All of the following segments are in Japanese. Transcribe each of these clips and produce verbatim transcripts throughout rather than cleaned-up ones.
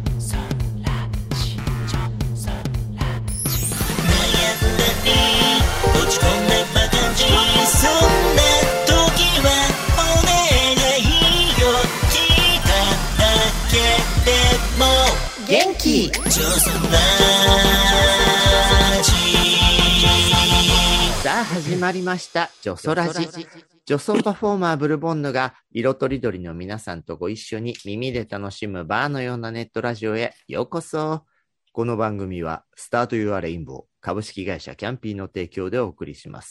元気さあ始まりましたジョソラジ。女装パフォーマーブルボンヌが色とりどりの皆さんとご一緒に耳で楽しむバーのようなネットラジオへようこそ。この番組はスタートユアレインボー株式会社キャンピーの提供でお送りします。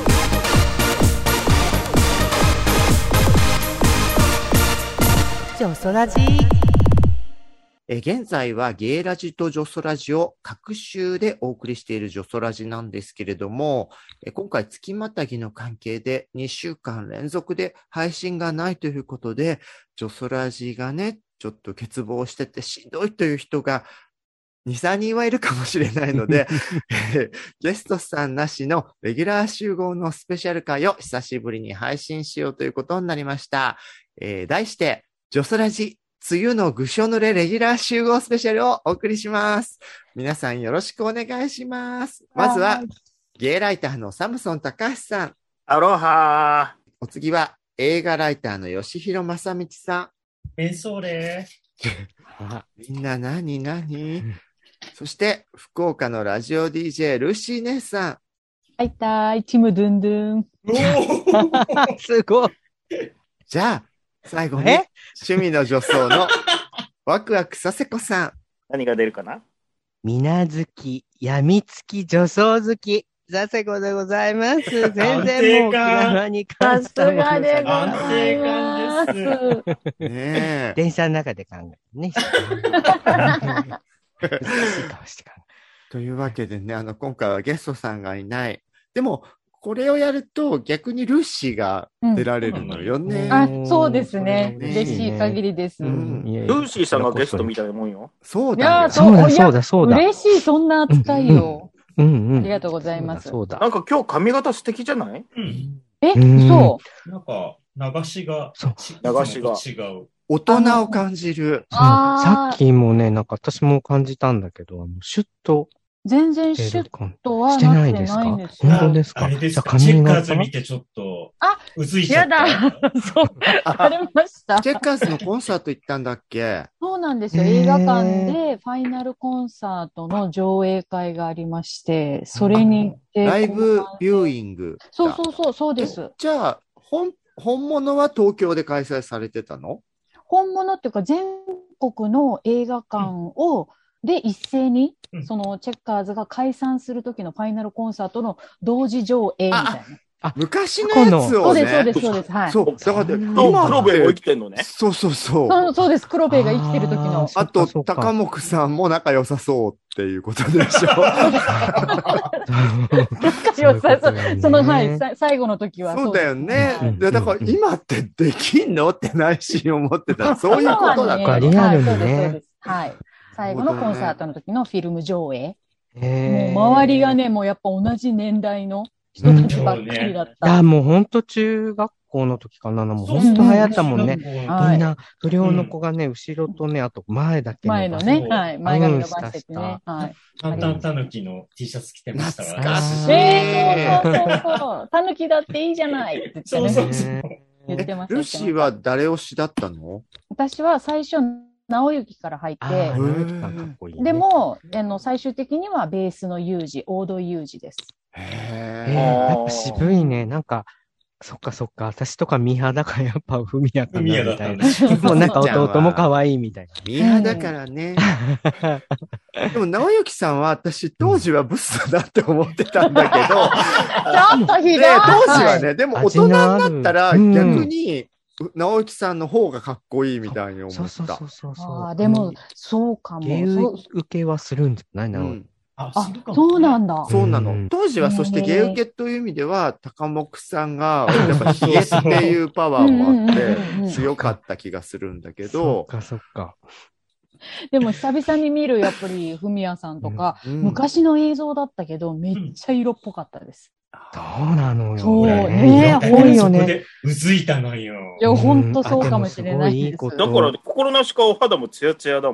ジョソラジ。 え現在はゲイラジとジョソラジを各週でお送りしているジョソラジなんですけれども、え今回月またぎの関係でにしゅうかん連続で配信がないということで、ジョソラジがね、ちょっと欠乏しててしんどいという人がに、さんにんはいるかもしれないので、ゲストさんなしのレギュラー集合のスペシャル回を久しぶりに配信しようということになりました。えー、題して、ジョソラジ梅雨のぐしょ濡れレギュラー集合スペシャルをお送りします。皆さんよろしくお願いします。まずは、ゲイライターのサムソン高橋さん。 アロハー。 お次は、映画ライターの吉弘正道さん。 ベンソーレー。みんな何何そして、福岡のラジオ ディージェー、ルーシー姉さん。 はいたーい、チムドゥンドゥン。 すごい。 じゃあ、最後に、趣味の女装のワクワクさせこさん。 何が出るかな？ みなずき、やみつき、女装好き、させこでございます。全然もう気長に感じたものさすがでございます。 安定感です。 ねえ。 電車の中で考えてね。難しい顔して考えというわけでね、あの、今回はゲストさんがいない。でも、これをやると逆にルッシーが出られるのよね。 うん、あ、そうですね。 ね嬉しい限りです。 ううんん、 ルーシーさんがゲストみたいなもんよ。 そうだよ。 そうだ、そうだ、そうだ。 嬉しい、そんな扱いよ。 うんうん。 ありがとうございます。 そうだ。 なんか今日髪型素敵じゃない？ うん。 え、そう。なんか、流しが、 流しが違う。 大人を感じる。 さっきもね、なんか私も感じたんだけど、あの、シュッと。 全然シュッとはしてないですか？本当ですか？ あれですか？チェッカーズ見てちょっと、 あ、 うずいちゃった。 やだ。そう、疲れました。 チェッカーズのコンサート行ったんだっけ？ そうなんですよ。映画館でファイナルコンサートの上映会がありまして、それに行って。 ライブビューイング。 そうそうそう、そうです。 じゃあ、本、本物は東京で開催されてたの？ 本物っていうか、全国の映画館を、うんで、一斉に、その、チェッカーズが解散する時のファイナルコンサートの同時上映みたいな。 あ、昔のやつをね。 そうです、そうです、そうです。はい。 そう。だから、 今、黒部も生きてんのね。 そうそうそう。 そう、そうです。黒部が生きてる時の。 あと、高木さんも仲良さそうっていうことでしょ。 仲良さそう。その、はい、最後の時は。 そうだよね。だから、今ってできんのって内心思ってた。そういうことだった。 リアルにね。 そうです、そうです。はい。最後のコンサートの時のフィルム上映。もう周りがね、もうやっぱ同じ年代の人たちばっかりだった。 いや、もうほんと中学校の時かな。もうほんと流行ったもんね。みんな、不良の子がね、後ろとね、あと前だけ。 前のね、はい。前髪伸ばしててね。はい。 タンタンタヌキの T シャツ着てましたわ。 懐かしい。 えー、そうそうそう。タヌキだっていいじゃないって言ってね。 そうそうそう。 言ってました。 ルシーは誰推しだったの？ 私は最初、直行から入って、でも、あの、最終的にはベースのユージ、大戸ユージです。 へえ、やっぱ渋いね。なんか、そっかそっか、私とかミーハーだからやっぱフミヤかなみたいな。もうなんか弟も可愛いみたいな。 ミーハーだからね。でも、直行さんは私当時はブスだって思ってたんだけど、 ちょっとひどい。 当時はね、でも大人になったら逆に、直行さんの方がかっこいいみたいに思った。 そうそうそうそうそう。 ああ、でも、そうかも。 芸受けはするんじゃないな、うん、 あ、そうなんだ。 そうなの。当時は、そして芸受けという意味では、高木さんが、やっぱ冷えっていうパワーもあって、強かった気がするんだけど。 そっかそっか。 でも久々に見る、やっぱり、フミヤさんとか、うん、昔の映像だったけど、めっちゃ色っぽかったです。 そうなのよ。 そうね。 多いよね。うずいたのよ。 いや、ほんとそうかもしれないです。 だから、心なしかお肌もツヤツヤだもん。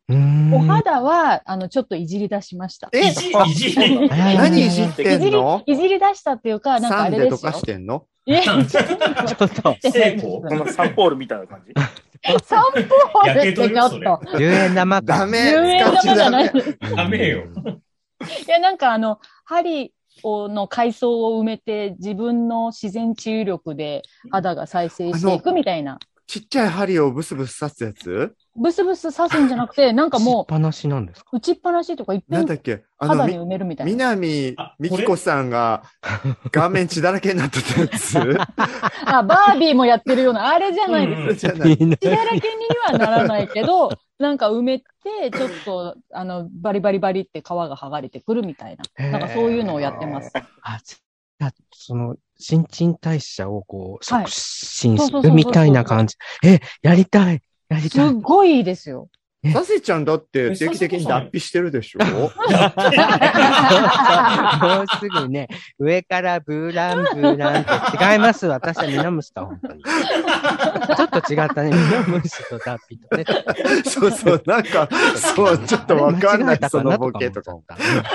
うーんお肌は、あの、ちょっといじり出しました。 えいじ、いじり。 何いじってんの？ いじり出したっていうか、なんかサあれですよ。 ンで溶かしてんの？ え、ちょっちょっと、 成功このサンポールみたいな感じ。 サンポールってちょっやけどよと。 じゅうえん玉か。 ダメ。 じゅうえん使っちゃダ玉じゃない。 メ。 ダメよ。 いや、なんかあの、針をの階層を埋めて、自分の自然治癒力で肌が再生していくみたいな。 ちっちゃい針をブスブス刺すやつ？ ブスブス刺すんじゃなくて、なんかもしっぱなしなんですか？ う、打ちっぱなしとか一遍なんだっけあの、 肌にみ埋めるみたいな。 南みきこさんが顔面血だらけになってたやつ？ あ、バービーもやってるような、あれじゃないですよ。 じゃない。 血だらけにはならないけど、なんか埋めて、ちょっと、あの、バリバリバリって皮が剥がれてくるみたいな。なんかそういうのをやってます。 あ、じゃあその、新陳代謝をこう、 はい促進すそうそうそうそうるみたいな感じ。え、やりたい。やりすったい。 ごいいいですよ。 サセちゃんだって定期的に脱皮してるでしょ？ もうすぐね、上からブーランブーランって違います。私はミノムシと本当に。ちょっと違ったね。ミノムシと脱皮とね。 そうそう、なんか、そう、ちょっとわかんない、そのボケとかも。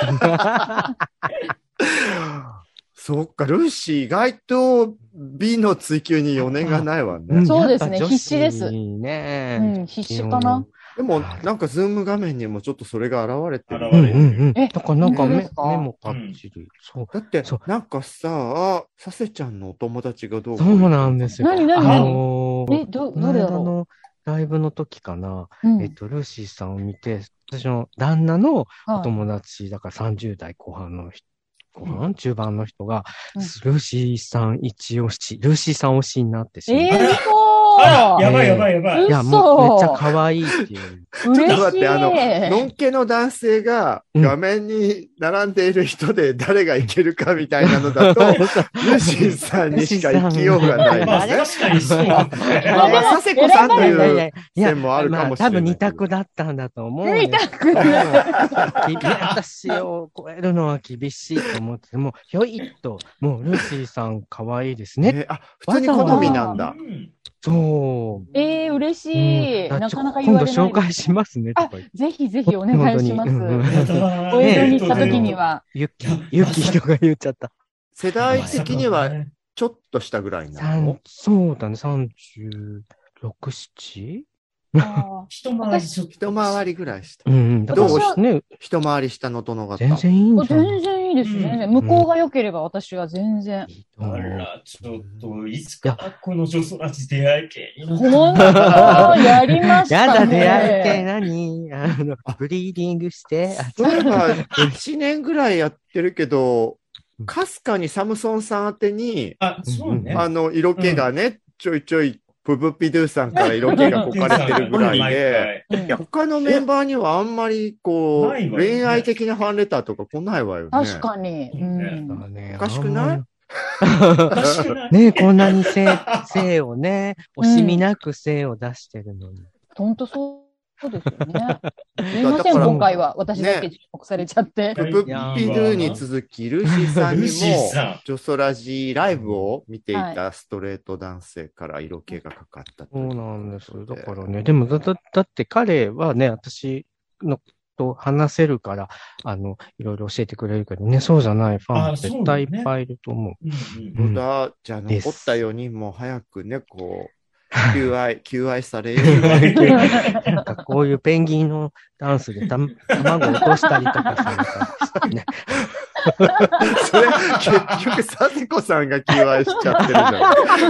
そっか、ルーシー意外と美の追求に余念がないわね。 そうですねやっぱ女子必死ですね、 うん、必死かな。 でも、なんかズーム画面にもちょっとそれが現れてる。 うんう現れてるんうん。 えだからなんか目本当ですか目もパッチリ。そう。 だってそう、 なんかさ、サセちゃんのお友達がどうそうなんですよ。 何何あ何のーえ、ど、 このどれだろ間のライブの時かな、 う。うんえっと、ルーシーさんを見て、私の旦那のおはい友達、だからさんじゅう代後半の人、後半中盤の人が、 うんルーシーさん一押し、ルーシーさん推しになってしまって。 えー、 あら、や嘘ばいやばいやばい。 いや、もうめっちゃ可愛いっていう。 ちょっと嬉しい。 待って、あの、のんけの男性がうん画面に並んでいる人で誰がいけるかみたいなのだと、ルーシーさんにしか生きようがないまあ、 よね。 確かにそうですね。 まあまあ、佐世子さんといやいやいいうやいや線もあるかもしれないけど。 まあ多分二択だったんだと思うよ。 二択もうき私を超えるのは厳しいと思って、もうひょいっと、もうルーシーさん可愛いですね。 えあ、普通に好みなんだ。 うんそう。 えー、嬉しい。 うんなかなか言われない。 今度紹介しますねとあか言って。、 ぜひぜひお願いします。 本当にうんうんやだーお江戸に行った時には。 ユッキー、ユッキーとか言っちゃった。 世代的にはちょっとしたぐらいな三の？ そうだね、さんじゅうろく、なな? あ一回りちょっと。 一回りぐらいした。 うんうん。だからどうね、 一回り下の殿方。 全然いいんーじゃない全然いいです、 うん全然。向こうが良ければ私は全然。 いいと思うあら、ちょっと、いつかこの女装ラジ出会い系になってほんとやりましたね。 やだ、出会い系何あの、ブリーディングして、あそういえば、いちねんぐらいやってるけど、かすかにサムソンさん宛てに、 あ、そうね。 あの、色気がね、ちょいちょい、プブピドゥさんから色気がこかれてるぐらいで、 うん他のメンバーにはあんまり、こう、 ないわよね恋愛的なファンレターとか来ないわよね。 確かに。うんねおかしくない？ おかしくないねこんなに性、性をね、惜しみなく性を出してるのに。 本当そうですよね。すいません、今回は私だけ注目されちゃって。 ププピドゥに続き、ルーシーさんにルーシーさんも、ジョソラジライブを見ていたストレート男性から色気がかかったとそいううなんです。 ことだからね、でもだ、だだって彼はね、私のと話せるから、あの、いろいろ教えてくれるけどね、そうじゃないファンあ絶対いっぱいいると思う。 うんうん本当だ。じゃあです残ったよにんも早くね、こう、求愛、求愛されるように。 なんかこういうペンギンのダンスでた卵落としたりとかするから、ね。 それ、結局、サセコさんが求愛しちゃってるじゃん。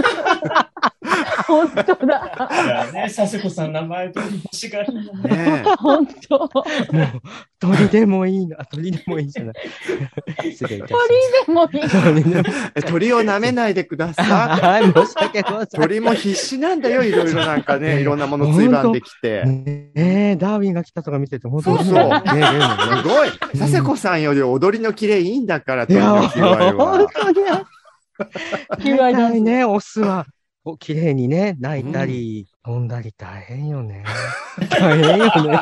本当だ。 だからね、佐世子さん名前通り欲しがるのね。 ね本当。 もう、鳥でもいいな、鳥でもいいじゃない。失礼いたしまでもいい。 す。鳥でもえ。鳥を舐めないでくださはい、申し訳ございまい。 せん。 鳥も必死なんだよ、いろいろなんかね、いろんなものついばんできて。 ねえ、ダーウィンが来たとか見てて、本当そうそうね、でもすね。 ごい。佐世子さんより踊りの綺麗いいんだから、 いや、 鳥の求愛本は。 当に。 求愛ダンス大体ね、オスは、こう綺麗にね、泣いたり、飛んだり大変よね。大変よね。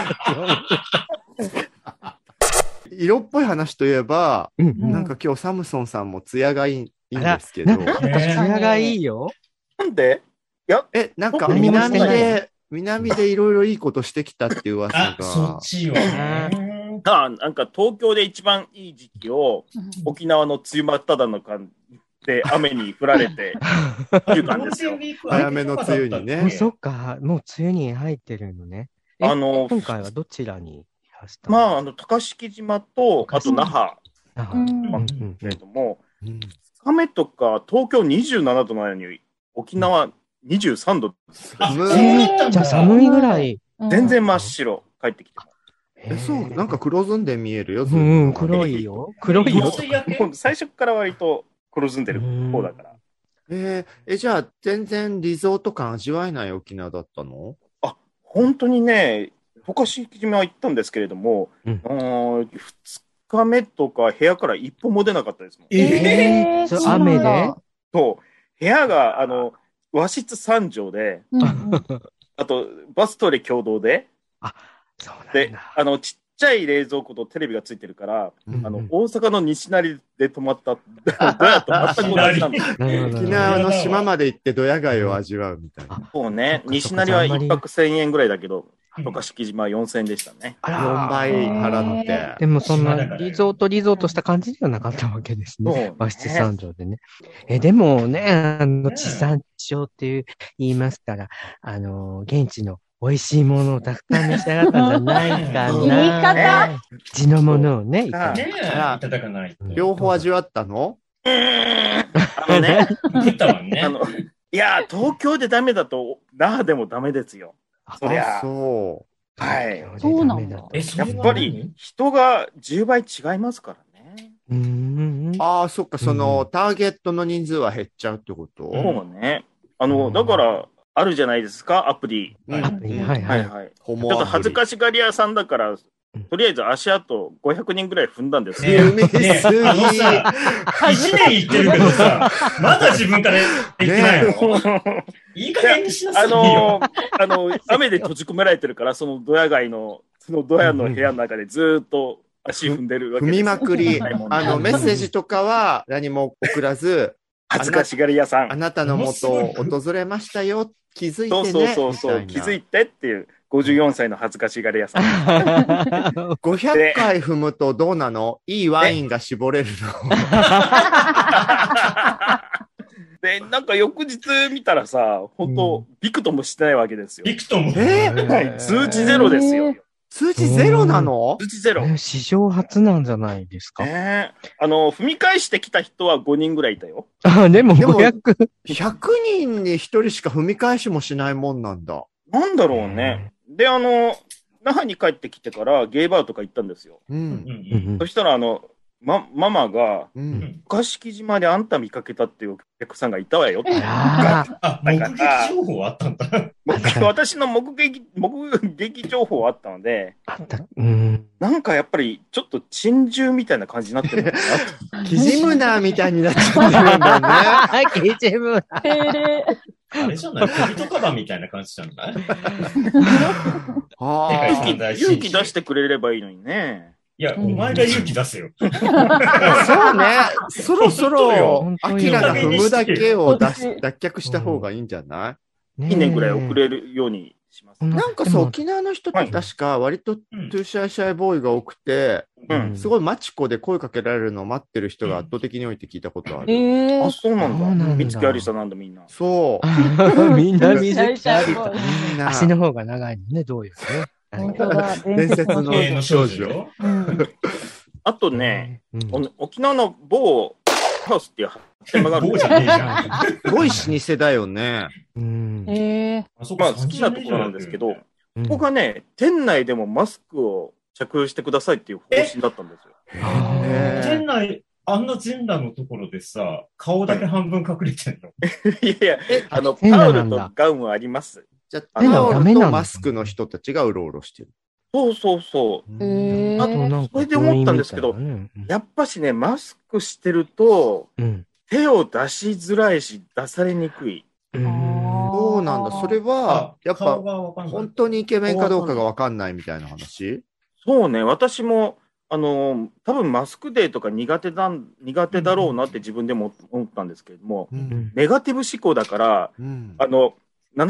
色っぽい話といえば、 うんうん。 なんか今日サムソンさんも艶がいいいいんあらですけど、 ななんか艶がいいよ。 なんでえ、なんか何もして南ないで南でいろいろいいことしてきたっていう噂あ、そがっ。ちよね。 あなんか東京で一番いい時期を沖縄の梅雨真っ只中で雨に降られていう感じですよ。 早めの梅雨にねあ、そっか。もう梅雨に入ってるのね。えあの今回はどちらにいらしたまあ、 あ、 あの高敷島とあと那覇あうんうんけれども、 うんふつかめとか東京にじゅうななどなのに沖縄にじゅうさんどです。 あ、 むそうだったんだ。 じゃあ寒いぐらい。 全然真っ白帰ってきても。 え、そう、なんか黒ずんで見えるよ、ずっとうんうん、黒いよ。黒いよ。 薄い焼けもう最初から割と黒ずんでる方だから。 えーえ、じゃあ、全然リゾート感味わえない沖縄だったの？ あ、本当にね、高敷島は行ったんですけれども、 うんあーふつかめとか部屋から一歩も出なかったですもん。 ええーそれそうなんだ雨でそう、部屋が、あの、和室さん畳で、 うんうんあと、バストイレ共同で、 そうなんでだ。、 あの、ちっちゃい冷蔵庫とテレビがついてるから、 うんあの、大阪の西成で泊まった、どうやと全く同じなんだ。 なるほど沖縄の島まで行ってドヤ街を味わうみたいな。 そうね、 そっかそっか西成は一泊せんえんぐらいだけど、 うんとか敷島はよんせんえんでしたね。 あらよんばい払って。 でもそんな島だからねリゾートリゾートした感じではなかったわけですね。 そうね和室三畳でね。え、でもね、あの、 ね地産地消っていう言いますから、あの、現地の美味しいものをたくさん召し上がったんじゃないかな。 言い方地のものをね、いただいてねえ、いあただかないと。 両方味わったの？ あのね、 食ったわね。 あの、いや、東京でダメだと、那覇でもダメですよ。そりゃあ、そはい。 そうなんだえ、そやれはっぱり人がじゅうばい違いますからね。 うーん。 う。ああ、そっか、その、 うんターゲットの人数は減っちゃうってこと？ うんそうね。あうの、 んだから、あるじゃないですか、アプリ。 うんアプリはいははいい。 はい。 ホちょっとモアプリ恥ずかしがり屋さんだから、とりあえず足跡ごひゃくにんぐらい踏んだんですよ。 ねえ、 踏みすぎねえあのさ、一年行ってるけどさ、まだ自分から言ってないの、いい加減にしなさあいよ。 のー、あの、雨で閉じ込められてるから、そのドヤ街の、そのドヤの部屋の中でずーっと足踏んでるわけです。 踏みまくり。 はいもうねあの、メッセージとかは何も送らず、 恥ずかしがり屋さん。 あなたのもとを訪れましたよ。気づいてね。 そうそうそうそう、 みたいな気づいてっていうごじゅうよんさいの恥ずかしがり屋さん。 ごひゃっかい踏むとどうなの？いいワインが絞れるの。 で、なんか翌日見たらさ、本当、びくともしてないわけですよ。 ビクトも。 えはい、数値ゼロですよ。 数値ゼロなの？ 数値ゼロ。 え史上初なんじゃないですか。 ねえあの、踏み返してきた人はごにんぐらいいたよ。 あ、でもでもごひゃく。 ひゃくにんにひとりしか踏み返しもしないもんなんだ。 なんだろうね。で、あの、那覇に帰ってきてからゲイバーとか行ったんですよ。 う。 うんんうんそしたら、あの、ま、ママが、 う。 うんん。 岡敷島であんた見かけたっていうお客さんがいたわよって。 ああ、目撃情報あったんだ。 僕私の目撃、目撃情報あったので、 あった。うん。 なんかやっぱりちょっと珍獣みたいな感じになってるのかなと。 キジムナーみたいになっちゃってるんだね。 あ、ケチム。 定例。 あれじゃない小人カバみたいな感じじゃないあ世界勇三大気、勇気出してくれればいいのにね。 いや、お前が勇気出せよ。 あ。そうね。そろそろ本、当よアキラが踏むだけを脱本当脱却した方がいいんじゃない？ いいねぐらい遅れるようにします。 うんなんかさ、沖縄の人って確か割とトうんゥーシャイシャイボーイが多くて、 うんすごいマチコで声かけられるのを待ってる人が圧倒的に多いって聞いたことある。 えあ、そうなんだ。 そうなんだ見つけありさなんだみんな。 そう。 みんな見ずシャイシャイたボーイみんな。 足の方が長いのね、どういうね。 本当だ。 伝説の芸の少女よ。 うんあとね、 うんお沖縄の某ハウスっていう発展場があるん棒ですよ。 じゃねえじゃん。 すごい老舗だよね。 うんえあそこまあ好きなところなんですけど、 うんここがね、店内でもマスクを着用してくださいっていう方針だったんですよ。 へー店内、あんな全裸のところでさ、顔だけ半分隠れてんの。 いやいや、あの、 変タオルななんだとガウンはあります。 じゃあ、 あのタオルダメなのとマスクの人たちがうろうろしてる。 そうそうそう。 えーあとなんかそれで思ったんですけど病院みたいなねやっぱしね、マスクしてると、 うん手を出しづらいし、出されにくい。 うんそうなんだ。それは、やっ顔ぱ、 がわかんない。 本当にイケメンかどうかがわかんないみたいな話？ そうね、私も、あの、多分マスクデーとか苦手だ、苦手だろうなって自分でも思ったんですけれども、 う。 うんんネガティブ思考だから、 うん。 あの、ななじゅっ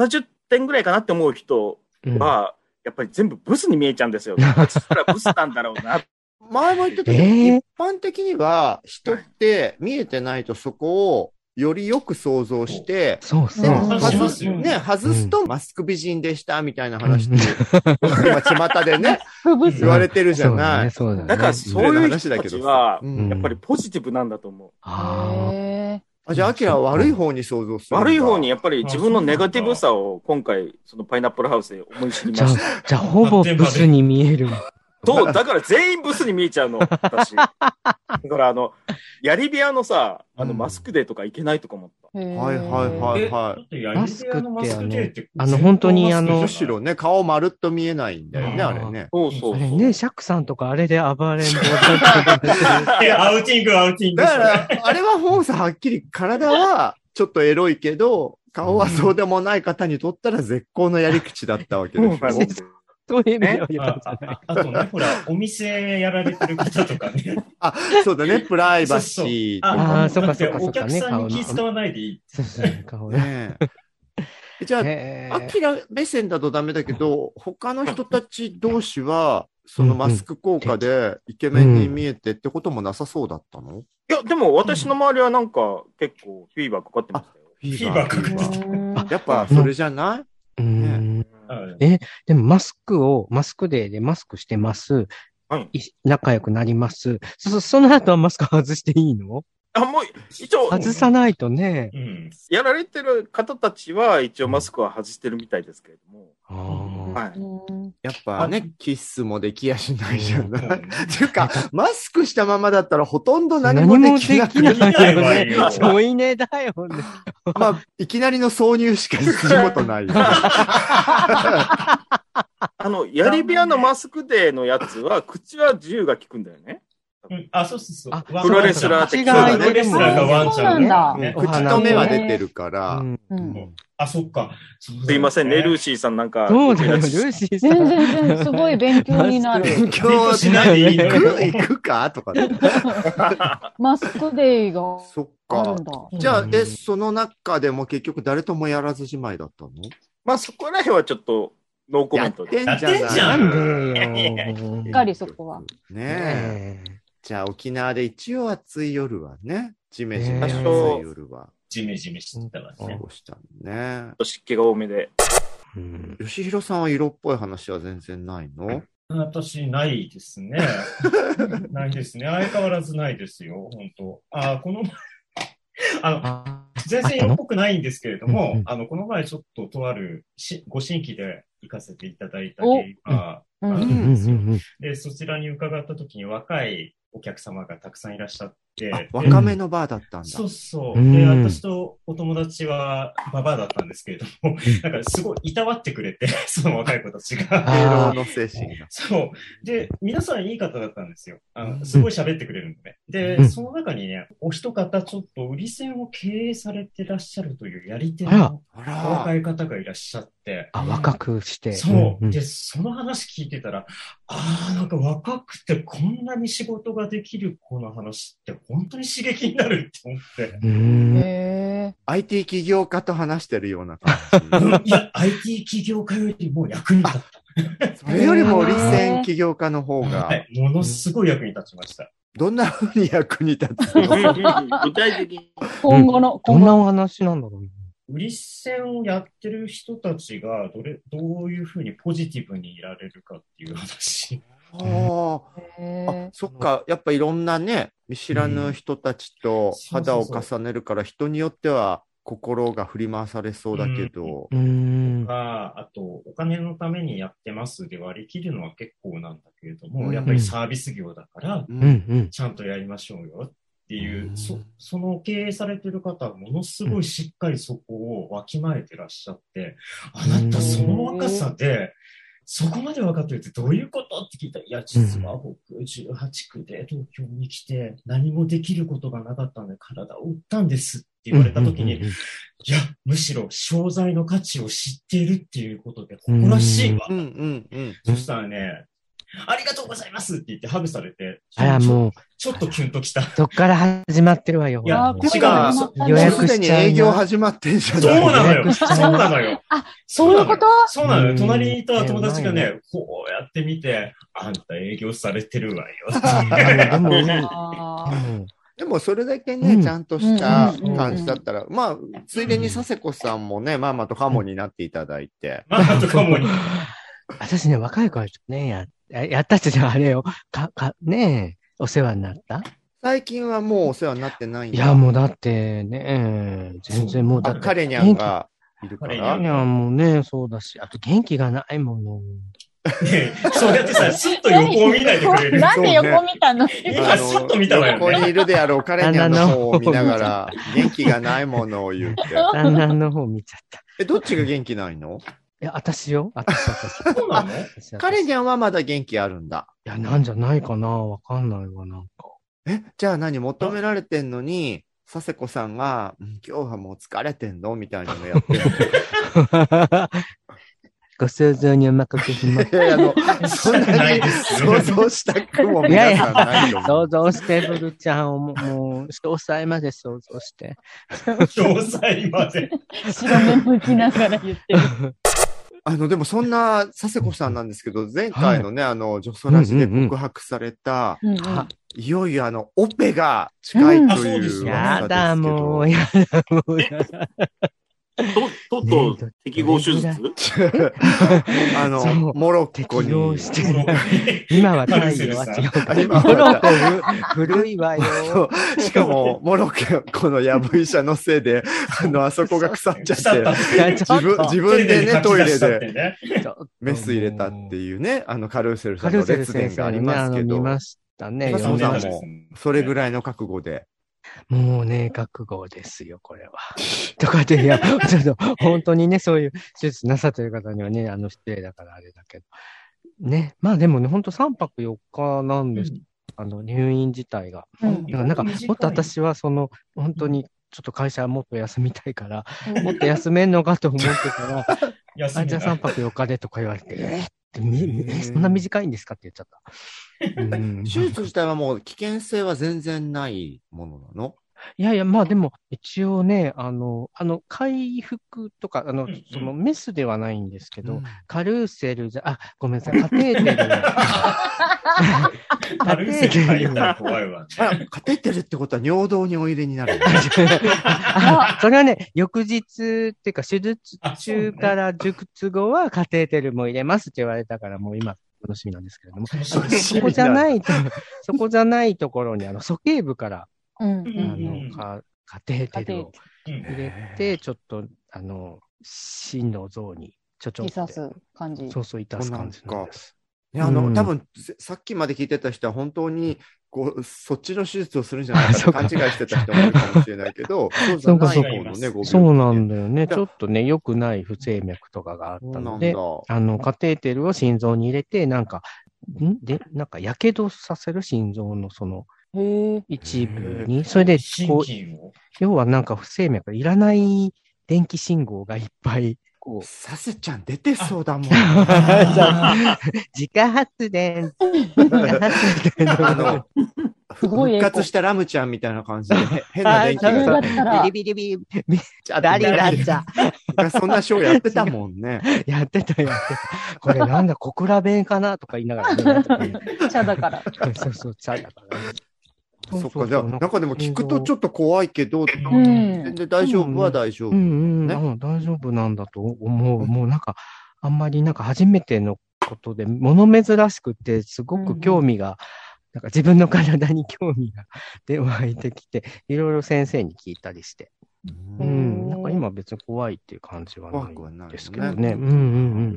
てんぐらいかなって思う人は、やっぱり全部ブスに見えちゃうんですよ。そしたらブスなんだろうな。 前も言ったけど、えー、一般的には人って見えてないとそこをよりよく想像して、 そうそう。 外す、ね、外すとマスク美人でしたみたいな話って、今巷でね、言われてるじゃない。 そうだね。 だからそういう人たちは、やっぱりポジティブなんだと思う。 あじゃあ、アキラは悪い方に想像する。 悪い方にやっぱり自分のネガティブさを今回、そのパイナップルハウスで思い知りました。 じゃあ、ほぼブスに見える。 そう、だから全員ブスに見えちゃうの、私。だからあの、やり部屋のさ、あの、マスクデーとかいけないとか思った。 はいはいはいはい。 マスクってあの、あの、本当にあの、 むしろね、顔まるっと見えないんだよね、あれね。 そうそうそう。あれね、シャックさんとかあれで暴れん坊だった。アウティング、アウティング。 だから、あれは本さはっきり体はちょっとエロいけど、顔はそうでもない方にとったら絶好のやり口だったわけでしょ。 そういう意味では言ったんじゃない。 あとね、ほら、お店やられてる方とかね。 あ、そうだね、プライバシー。 ああ、そうかそうかそうか。お客さんに気使わないでいい。 そうそう、顔ね。 じゃあ、アキラ目線だとダメだけど、他の人たち同士は、そのマスク効果でイケメンに見えてってこともなさそうだったの？ いや、でも私の周りはなんか結構フィーバーかかってましたよ。 フィーバーかかってた。やっぱそれじゃない？ うんえ、でもマスクを、マスクデーでマスクしてます。 はい。 仲良くなります。そ、その後はマスク外していいの？ あ、もう、一応。 外さないとね。 うん。やられてる方たちは一応マスクは外してるみたいですけれども。 はい。やっぱね、キスもできやしないじゃない。っていうか、マスクしたままだったらほとんど何もできなくないよね。添い寝だよね。 まあ、いきなりの挿入しかすることないよね。 あの、やり部屋のマスクデーのやつは、口は自由が利くんだよね。 うん、あ、そうそうそう。 プロレスラー的な。プロレスラーがワンちゃんね。口と目は出てるから。 あ、そっか。 すいませんね、ルーシーさんなんか。 そうだよ、ルーシーさん。 全然全然、すごい勉強になる。 勉強しないでいいの？行くかとかね。 マスクデーが。 そっか。じゃあ、え、その中でも結局誰ともやらずじまいだったの？ まあ、そこら辺はちょっと、ノーコメントで。 やってんじゃん。 なんでよ。 しっかりそこは。 ねえ。じゃあ、沖縄で一応暑い夜はね、ジメジメ暑い夜は。 ジメジメしてたわね。 そうしたね。 湿気が多めで。 吉弘さんは色っぽい話は全然ないの？ 私、ないですね。ないですね。相変わらずないですよ、本当。あ、この前、あの、全然色っぽくないんですけれども、あの、この前ちょっととあるしご新規で行かせていただいたゲイバーがあるんですよ。で、そちらに伺った時に若いお客様がたくさんいらっしゃって。 若めのバーだったんだ。 そうそう。で、私とお友達はババアだったんですけれども、なんかすごいいたわってくれて、その若い子たちが。 敬老の精神が。 そう。で、皆さんいい方だったんですよ。あの、すごい喋ってくれるので。で、その中にね、お一方ちょっと売り線を経営されてらっしゃるというやり手の若い方がいらっしゃって。 あ、若くして。 そう。で、その話聞いてたら、ああ、なんか若くてこんなに仕事ができる子の話って本当に刺激になるって思って。 へー。 アイティー 起業家と話してるような感じ。いや、アイティー 起業家よりも役に立った。 それよりも理線起業家の方が、 はい。ものすごい役に立ちました。 どんな風に役に立つの？ 具体的に。 今後の、 どんなお話なんだろうね。 売り線をやってる人たちがどれ、どういうふうにポジティブにいられるかっていう話。 ああ、そっか。やっぱいろんなね、見知らぬ人たちと肌を重ねるから、人によっては心が振り回されそうだけど。 うん。とか、あと、お金のためにやってますで割り切るのは結構なんだけれども、うん、やっぱりサービス業だから、うん、ちゃんとやりましょうよっていう、うん、そ, その経営されてる方はものすごいしっかりそこをわきまえてらっしゃって、うん、あなたその若さで、そこまで分かってるってどういうことって聞いたら、いや、実は僕じゅうはち区で東京に来て何もできることがなかったので体を打ったんですって言われたときに、いや、むしろ商材の価値を知っているっていうことで誇らしいわ。そしたらね、ありがとうございますって言ってハグされて、 あら、もう。 ちょっとキュンときた。 そっから始まってるわよ。 いや、 違う。予約して営業始まってんじゃない。 そうなのよ。そうなのよ。 あ、そういうこと？ そうなのよ。隣にいた友達がね、こうやって見て、あんた営業されてるわよ。 でも、でもそれだけね、ちゃんとした感じだったら、まあ、ついでに佐世子さんもね、ママとカモになっていただいて。 ママとカモに。 私ね、若い頃ね、や、やったってじゃあれよ。か、か、ねえ、お世話になった？ 最近はもうお世話になってないんだ。 いや、もうだってね、全然もうだって。 カレニャンがいるから。 カレニャンもね、そうだし、あと元気がないもの。 ね、そうやってさ、スッと横を見ないでくれる。 なんで横見たの？ 今、スッと見たわよね。 横にいるであろうカレニャンの方を見ながら、元気がないものを言って。 旦那の方見ちゃった。 え、どっちが元気ないの？ いや、私よ。私、私。 そうなの？ カレニャンはまだ元気あるんだ。 いや、なんじゃないかな。わかんないわ、なんか。 え、じゃあ何求められてんのに、佐世子さんが、うん、今日はもう疲れてんのみたいなのやってる。 ご想像にお任せします。 いや、あの、そんなに想像したくも皆さんないよ。 想像して、ブルちゃんをもう、もう詳細まで想像して。 詳細まで。 白目向きながら言ってる。 あの、でもそんな佐世子さんなんですけど、前回のね、はい、あの、ジョソラジで告白された、うんうんうん、いよいよあの、オペが近いという、うん、 やだ、もう、やだ、もう、やだ。 と、とうとう、適合手術あの、モロッコに。 してる。今は太陽は違う。モロッコ古いわよ。 しかも、モロッコのやぶ医者のせいで、あの、あそこが腐っちゃって、自分、自分でね、トイレでメス入れたっていうね、あの、カルーセルさんの列伝がありますけど。 見ましたね。 佐世子さんも、それぐらいの覚悟で。 もうね、覚悟ですよ、これは。とかで、いや、ちょっと、本当にね、そういう手術なさという方にはね、あの、失礼だからあれだけど。ね。まあでもね、本当さんぱくよっかなんです。うん、あの、入院自体が。うん、なんか、もっと私は、その、本当に、ちょっと会社はもっと休みたいから、うん、もっと休めんのかと思ってたら、あ、じゃあさんぱくよっかでとか言われて、えーってみえ、そんな短いんですかって言っちゃった。 うん、手術自体はもう危険性は全然ないものなの？ いやいや、まあでも、一応ね、あの、あの、回復とか、あの、うんうん、そのメスではないんですけど、うん、カルーセルじゃ、あ、ごめんなさい、カテーテル。 カルーセル入ったら怖いわ、ね。 あ、カテーテルってことは尿道にお入れになる。 あ、それはね、翌日っていうか、手術中から術後はカテーテルも入れますって言われたから、もう今、楽しみなんですけれども。そこじゃないと、そこじゃないところに、あの、鼠径部から、うん、あの、カ、カテーテルを入れて、ちょっと、あの、心の像に、ちょちょっと。 いたす感じ。 そうそう、いたす感じなんです。 いや、あの、うん、多分、さっきまで聞いてた人は本当に、こう、そっちの手術をするんじゃないかと勘違いしてた人もいるかもしれないけど、そうじゃない方のね、ごそうなんだよね。ちょっとね、良くない不整脈とかがあったので、あの、カテーテルを心臓に入れて、なんか、んで、なんか、やけどさせる心臓のその、一部に、それで、こう、要はなんか不整脈、いらない電気信号がいっぱい、こう。 させちゃん出てそうだもん。 自家発電。 あの、復活したラムちゃんみたいな感じで、変な電気が。 ビリビリビリ。ダリラッチャ。 そんなショーやってたもんね。 やってた、やってた。これなんだ、小倉弁かなとか言いながらね。 茶だから。 そうそう、茶だから。 そっか、じゃあ、なんかでも聞くとちょっと怖いけど、全然大丈夫は大丈夫。 うんうん、大丈夫なんだと思う。もうなんか、あんまりなんか初めてのことで、物珍しくて、すごく興味が、なんか自分の体に興味が出湧いてきて、いろいろ先生に聞いたりして。うん。なんか今別に怖いっていう感じはないんですけどね。うんうんうん。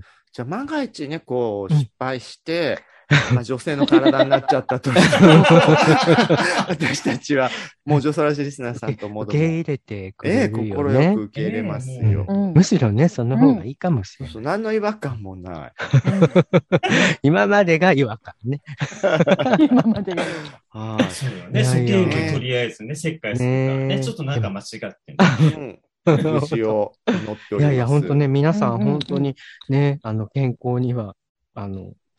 じゃあ万が一ね、こう、失敗して、まあ女性の体になっちゃったとしても、私たちは、もうジョソラジリスナーさんともども。 受け入れてくれるよね。 ええ、心よく受け入れますよ。 うん、むしろね、その方がいいかもしれない。 そうそう、何の違和感もない。 今までが違和感ね。 今までが違和感。ああ、そうよね。鼠径部とりあえずね、切開するからね、ちょっとなんか間違ってね。無事を祈っております。 いやいや、本当ね、皆さん本当にね、あの、健康には、あの、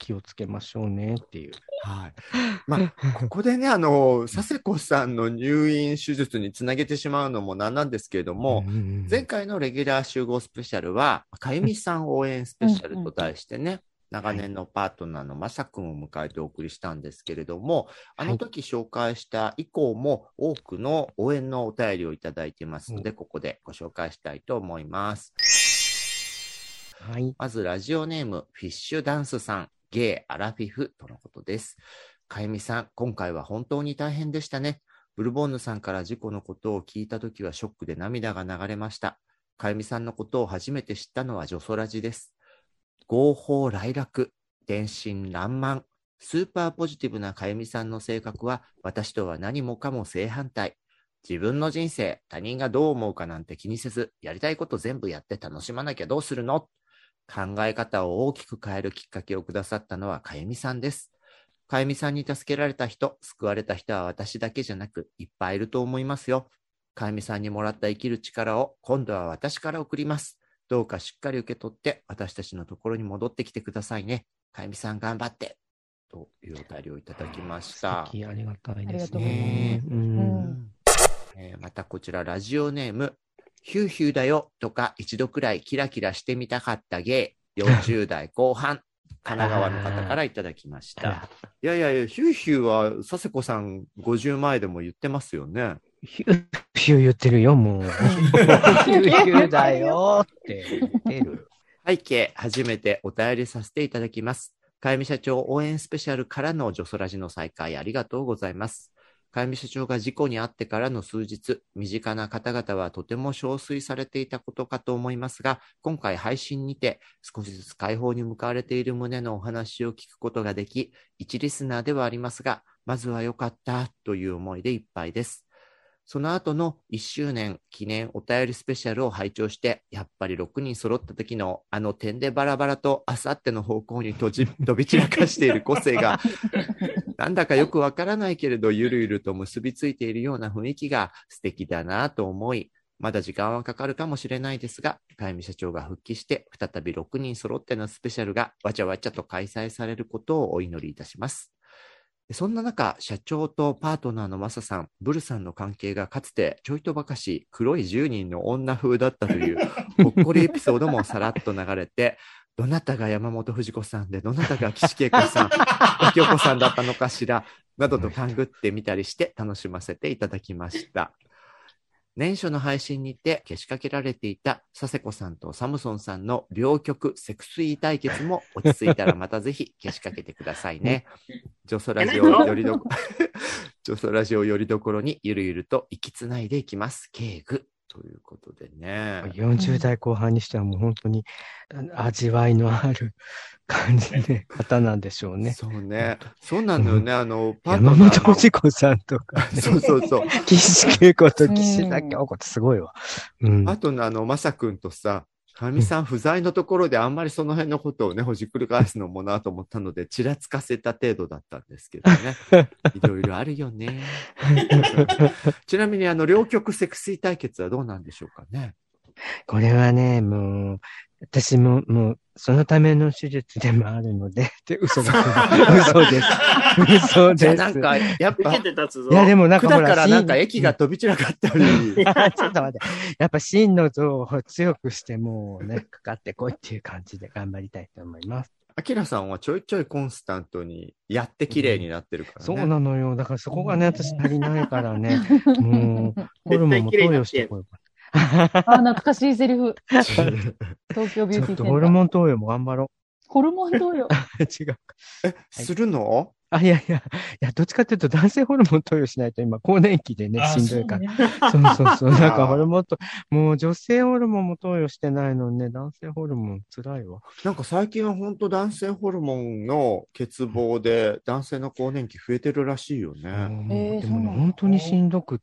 気をつけましょうねっていう。 はい。まあ、ここでね、あの、佐世子さんの入院手術につなげてしまうのもなんなんですけれども、うんうん、前回のレギュラー集合スペシャルは、かゆみさん応援スペシャルと題してね、うんうん、長年のパートナーのまさくんを迎えてお送りしたんですけれども、あの時紹介した以降も多くの応援のお便りをいただいていますので、ここでご紹介したいと思います。はい、まずラジオネームフィッシュダンスさん、ゲイアラフィフとのことです。かゆみさん、今回は本当に大変でしたね。ブルボンヌさんから事故のことを聞いたときはショックで涙が流れました。かゆみさんのことを初めて知ったのはジョソラジです。合法来楽、天真爛漫、スーパーポジティブなかゆみさんの性格は私とは何もかも正反対。自分の人生、他人がどう思うかなんて気にせず、やりたいこと全部やって楽しまなきゃどうするの？考え方を大きく変えるきっかけをくださったのはかゆみさんです。かゆみさんに助けられた人、救われた人は私だけじゃなくいっぱいいると思いますよ。かゆみさんにもらった生きる力を今度は私から送ります。どうかしっかり受け取って私たちのところに戻ってきてくださいね。かゆみさん頑張って。というお便りをいただきました。 素敵、ありがたいですね。うんえー、またこちらラジオネーム、ヒューヒューだよとか一度くらいキラキラしてみたかったゲイ、よんじゅう代後半、神奈川の方からいただきました。いやいやいや、ヒューヒューは佐世子さんごじゅう前でも言ってますよね。 ヒューヒュー言ってるよ、もう。ヒューヒューだよって言ってる。 背景、初めてお便りさせていただきます。かゆみ社長応援スペシャルからのジョソラジの再開ありがとうございます。かゆみ社長が事故に遭ってからの数日、身近な方々はとても憔悴されていたことかと思いますが、今回配信にて少しずつ解放に向かわれている旨のお話を聞くことができ、一リスナーではありますが、まずは良かったという思いでいっぱいです。その後のいっしゅうねん記念お便りスペシャルを拝聴して、やっぱりろくにん揃った時のあの点でバラバラとあさっての方向に飛び散らかしている個性が、なんだかよくわからないけれどゆるゆると結びついているような雰囲気が素敵だなと思い、まだ時間はかかるかもしれないですが、かゆみ社長が復帰して再びろくにん揃ってのスペシャルがわちゃわちゃと開催されることをお祈りいたします。そんな中、社長とパートナーのマサさん、ブルさんの関係がかつてちょいとばかし黒いじゅうにんの女風だったというほっこりエピソードもさらっと流れて、どなたが山本富士子さんで、どなたが岸恵子さん、秋代子さんだったのかしら、などと勘ぐってみたりして楽しませていただきました。年初の配信にてけしかけられていた佐世子さんとサムソンさんの両極セクシー対決も落ち着いたらまたぜひけしかけてくださいね。ジョソラジオよりどこジョソラジオよりどころにゆるゆると息つないでいきます。ケーグということでね。 よんじゅう代後半にしてはもう本当に味わいのある感じで方なんでしょうね。 そうね。そうなんだよね。あの、 パートナーの山本富士子さんとか、ね。 そうそうそう。 岸恵子と岸田京子ってすごいわ。 うん、あとのあの、まさくんとさ、かみさん不在のところであんまりその辺のことをね、ほじくり返すのもなと思ったので、ちらつかせた程度だったんですけどね。いろいろあるよね。ちなみにあの、両極セクシー対決はどうなんでしょうかね。 これはね、もう、私も、もう、そのための手術でもあるので、って嘘が嘘です。嘘です。 なんか、やっぱ、いや、でもなんかほら、 だからなんか液が飛び散らかったり。 ちょっと待って。やっぱ真の像を強くして、もうね、かかってこいっていう感じで頑張りたいと思います。 アキラさんはちょいちょいコンスタントにやって綺麗になってるからね。 そうなのよ。だからそこがね、私足りないからね。もう、ホルモンも投与してこようか。 あ、懐かしいセリフ。東京ビューティーセンター。ちょっとホルモン投与も頑張ろう。 ホルモン投与違うか。 え、するの？ あ、いやいや、いや、どっちかっていうと男性ホルモン投与しないと今、更年期でね、しんどいから。そうそうそう。なんかホルモンと、もう女性ホルモンも投与してないのにね、男性ホルモン辛いわ。 なんか最近は本当男性ホルモンの欠乏で、男性の更年期増えてるらしいよね。 えー、でもね、本当にしんどくって、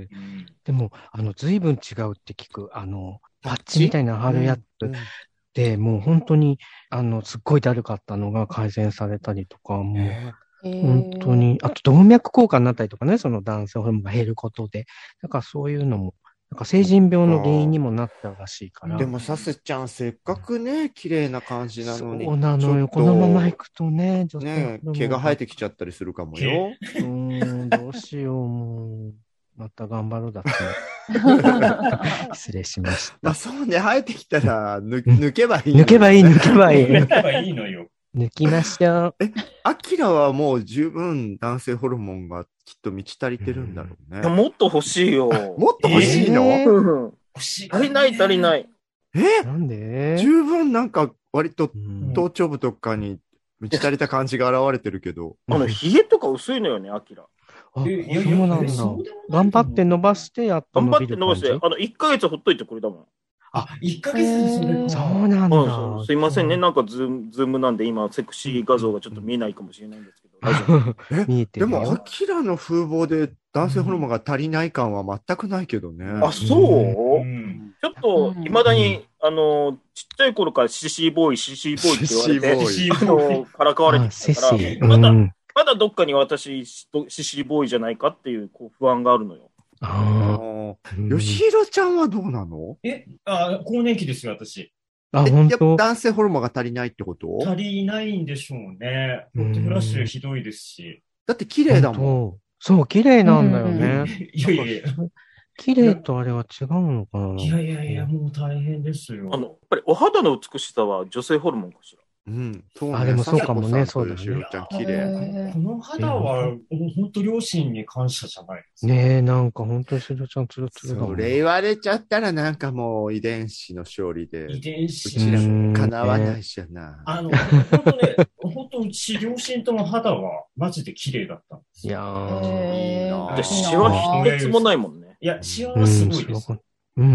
でも、あの、随分違うって聞く、あの、パッチみたいな貼るやつ。うんうんで、もう本当に、あの、すっごいだるかったのが改善されたりとか、もう、本当に、あと動脈硬化になったりとかね、その男性ホルモンが減ることで、だからそういうのも、 なんか成人病の原因にもなったらしいから。 でもさせちゃんせっかくね綺麗な感じなのに、 そうなのよ。このまま行くとね、 女性ね毛が生えてきちゃったりするかもよ。 うーん、どうしようもう。また頑張ろうだって。失礼しました。 まあそうね、生えてきたら抜抜けばいい、 ね、抜けばいい、抜けばいい。 抜けばいいのよ。 抜きましょう。 え、アキラはもう十分男性ホルモンがきっと満ち足りてるんだろうね。 いやもっと欲しいよ。 もっと欲しいの、えー、 欲しい。足りない足りない。 えなんで十分なんか割と頭頂部とかに満ち足りた感じが現れてるけど。 あの、髭とか薄いのよね、アキラ。 あ、そうなんだ。頑張って伸ばしてやっと伸びる感じ。 頑張って伸ばして、あの、いっかげつほっといてこれだもん。 あ、いっかげつでそれか。 そうなんだ、 うん。すいませんね。なんかズーム、ズームなんで今、セクシー画像がちょっと見えないかもしれないんですけど。大丈夫。 え、見えてるよ。でも、アキラの風貌で男性ホルモンが足りない感は全くないけどね。 あ、そう、うん、ちょっと、いまだに、あの、ちっちゃい頃からシシーボーイ、シシーボーイって言われて、シシーボーイあの、からかわれてきたから、まだ、うん、まだどっかに私、シシーボーイじゃないかっていう、こう不安があるのよ。 ああ。よしひろちゃんはどうなの？ え、あ、更年期ですよ、私。 あ、本当？ 男性ホルモンが足りないってこと？ 足りないんでしょうね。ホットフラッシュひどいですし。 だって綺麗だもん。 そう、綺麗なんだよね。 いやいやいや。 綺麗とあれは違うのかな？ いやいやいや、もう大変ですよ。 あの、やっぱりお肌の美しさは女性ホルモンかしら。 うん、そうね。 あ、でもそうかもね、そうだね。 ちゃん綺麗。 この肌は、本当両親に感謝じゃないですか。ねえ、なんか本当にしろちゃんつるつるだもん。 それ言われちゃったらなんかもう遺伝子の勝利で。 遺伝子。 うちら叶わないじゃな。 あの、本当ね、本当うち両親とも肌はマジで綺麗だったんですよ。いやー。いいなぁ。シワ一つもないもんね。 いや、シワはすごいです。 うん。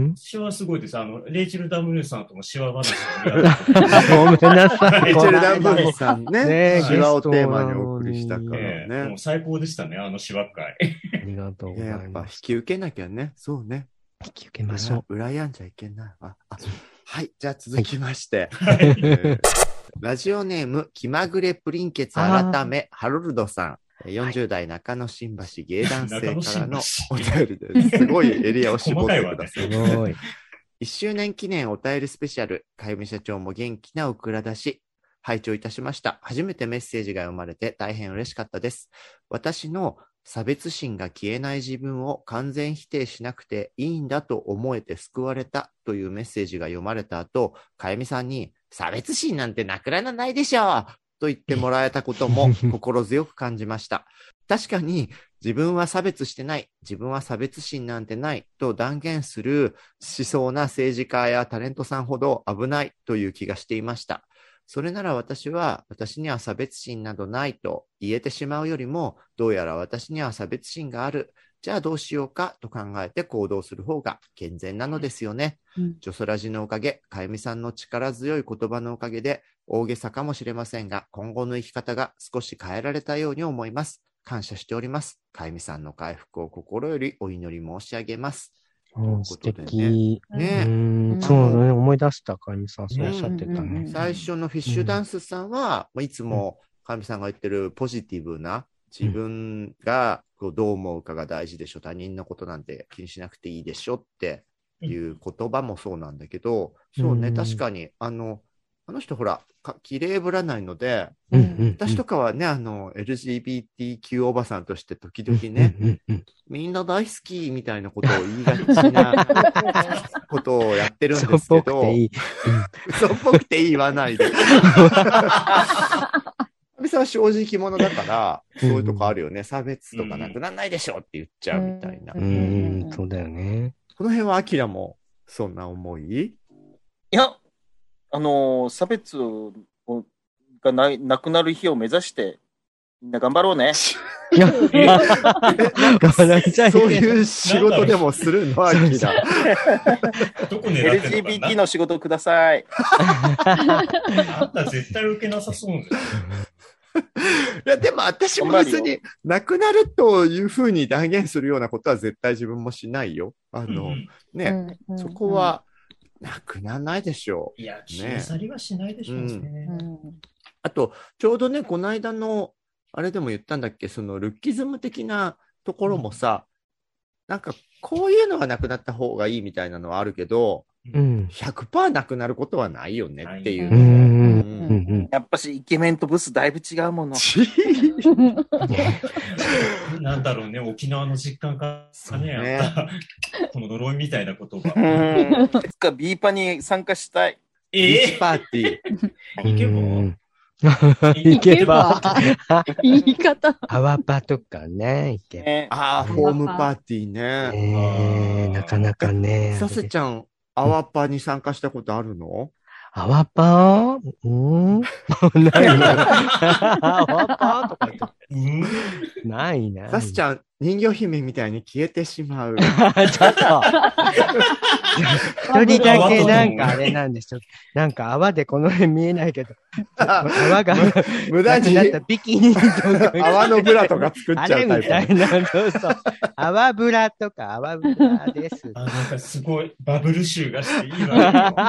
シワはすごいです。あの、レイチェル・ダムルさんともシワ話をごめんなさい。 レイチェル・ダムルさんね。シワをテーマにお送りしたからね。 もう最高でしたね、あのシワ会。 ありがとうございます。 やっぱ引き受けなきゃね。そうね。 引き受けましょう。羨んじゃいけないわ。あ、はい。じゃあ続きまして。はいえー、ラジオネーム、気まぐれプリンケツ改め、ハロルドさん。よんじゅう代中野新橋芸男性からのお便りです。すごいエリアを絞ってください。すごい。いっしゅうねん記念お便りスペシャル、かゆみ社長も元気なオクラ出し、拝聴いたしました。初めてメッセージが読まれて大変嬉しかったです。私の差別心が消えない自分を完全否定しなくていいんだと思えて救われたというメッセージが読まれた後、かゆみさんに差別心なんてなくならないでしょうと言ってもらえたことも心強く感じました。確かに自分は差別してない、自分は差別心なんてないと断言するしそうな政治家やタレントさんほど危ないという気がしていました。それなら私は私には差別心などないと言えてしまうよりも、どうやら私には差別心がある。じゃあどうしようかと考えて行動する方が健全なのですよね。うん、ジョソラジのおかげ、かゆみさんの力強い言葉のおかげで大げさかもしれませんが、今後の生き方が少し変えられたように思います。感謝しております。かゆみさんの回復を心よりお祈り申し上げます。 うん、素敵。ね。うん、そうね、思い出した、かゆみさん、そうおっしゃってたね。 最初のフィッシュダンスさんは、うん、いつもかゆみさんが言ってるポジティブな、自分がこうどう思うかが大事でしょ。他人のことなんて気にしなくていいでしょっていう言葉もそうなんだけど、うん、そうね、確かに、あの、あの人ほら、綺麗ぶらないので、うんうんうん、私とかはね、あの、エルジービーティーキュー おばさんとして時々ね、うんうんうん、みんな大好きみたいなことを言いがちなことをやってるんですけど、嘘っぽくていい言わないで。さんは正直者だから、そういうとこあるよね。うん、差別とかなくなんないでしょって言っちゃうみたいな。 うん、うん、そうだよね。 この辺はアキラもそんな思い？ いや、あのー、差別がない、なくなる日を目指して、みんな頑張ろうね。 いや、頑張られちゃいそういう仕事でもするの、アキラ。 どこ狙ってんのかなエルジービーティー の仕事ください。 あんた絶対受けなさそうですよ。 いや、でも私も別になくなるというふうに断言するようなことは絶対自分もしないよ。あの、うん、ね、うん、そこはなくならないでしょう。 いや、消え去りはしないでしょうね。うん、 あと、ちょうどね、この間の、あれでも言ったんだっけ、そのルッキズム的なところもさ、うん、なんかこういうのはなくなった方がいいみたいなのはあるけど、 うん、 ひゃくパーセント なくなることはないよねっていう。 うん、 やっぱしイケメンとブスだいぶ違うもの。 なんだろうね、沖縄の実感からね、ねあったこの呪いみたいなことが。 いつか B パに参加したい。 えー、ビーチパーティー。行けば行けば言い方。 アワパとかね、行けば。 ね、 ああ、ホームパーティーね。 えー、なかなかね。 させちゃん、アワパに参加したことあるの？ アワパーうんないな。アワパーとか言って。ないな。 させちゃん、人魚姫みたいに消えてしまう。 ちょっと。一人だけなんかあれなんですよ。なんか泡でこの辺見えないけど。泡が無駄になったビキニとか。 泡のブラとか作っちゃうタイプ。 あれみたいな。そうそう。泡ブラとか泡ブラです。 あ、なんかすごいバブル臭がしていいわ。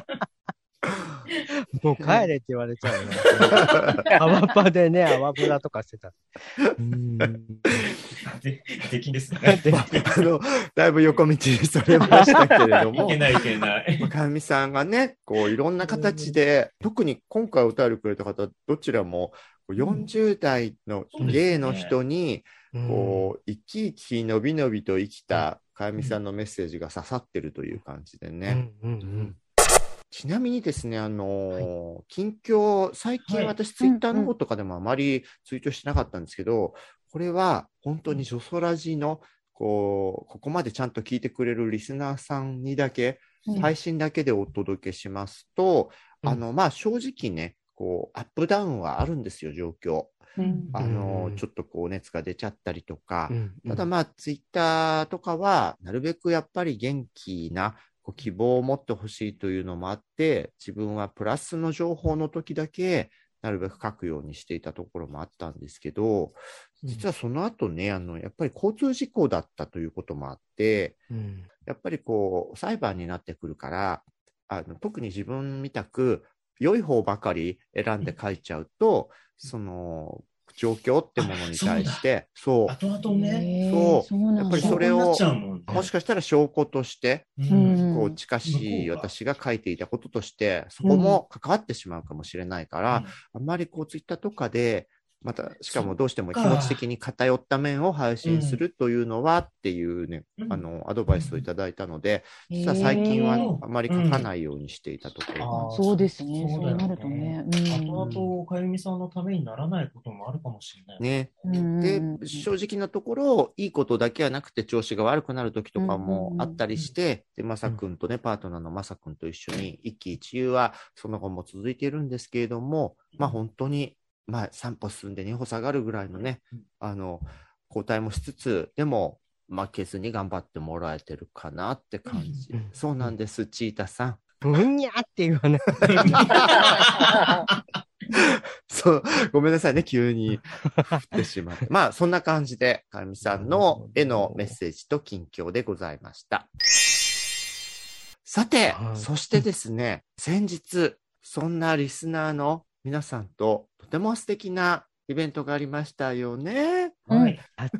もう帰れって言われちゃうね。泡パでね、泡ブラとかしてた。うんで、できですね。 あの、だいぶ横道にそれましたけれども。 いけないいけない。 かみさんがね、こういろんな形で、特に今回お便りくれた方、どちらもよんじゅう代のゲイの人に、こう、生き生きのびのびと生きたかみさんのメッセージが刺さってるという感じでね。うんうんうんちなみにですね、あのーはい、近況、最近私、ツイッターの方とかでもあまりツイートしてなかったんですけど、これは本当にジョソラジの、こう、ここまでちゃんと聞いてくれるリスナーさんにだけ、配信だけでお届けしますと、うん、あの、まあ、正直ね、こう、アップダウンはあるんですよ、状況。うん、あの、ちょっとこう熱が出ちゃったりとか、うんうん、ただまあ、ツイッターとかは、なるべくやっぱり元気な、希望を持ってほしいというのもあって、自分はプラスの情報の時だけなるべく書くようにしていたところもあったんですけど、実はその後ね、あの、やっぱり交通事故だったということもあって、うん、やっぱりこう、裁判になってくるから、あの特に自分みたく良い方ばかり選んで書いちゃうと、その、状況ってものに対して、そう。 後々ね。 そう。やっぱりそれを、もしかしたら証拠として、こう、近しい私が書いていたこととして、そこも関わってしまうかもしれないから、あんまりこう、ツイッターとかで、また、しかもどうしても気持ち的に偏った面を配信するというのはっていうね、あの、アドバイスをいただいたので、実は最近はあまり書かないようにしていたところ。 そうですね。そうなるとね。 後々、かゆみさんのためにならないこともあるかもしれない。 ね。で、正直なところ、いいことだけはなくて調子が悪くなる時とかもあったりして、で、まさくんとね、パートナーのまさくんと一緒に一喜一憂はその後も続いているんですけれども、まあ本当に、まあ、さん歩進んでに歩下がるぐらいのね、あの、交代もしつつ、でも、負けずに頑張ってもらえてるかなって感じ。うん、そうなんです、チータさん。うんにゃって言わない。 そう、ごめんなさいね、急に振ってしまって。まあ、そんな感じで、かみさんの絵のメッセージと近況でございました。さて、そしてですね、先日、そんなリスナーの皆さんととても素敵なイベントがありましたよね。 はい。あった。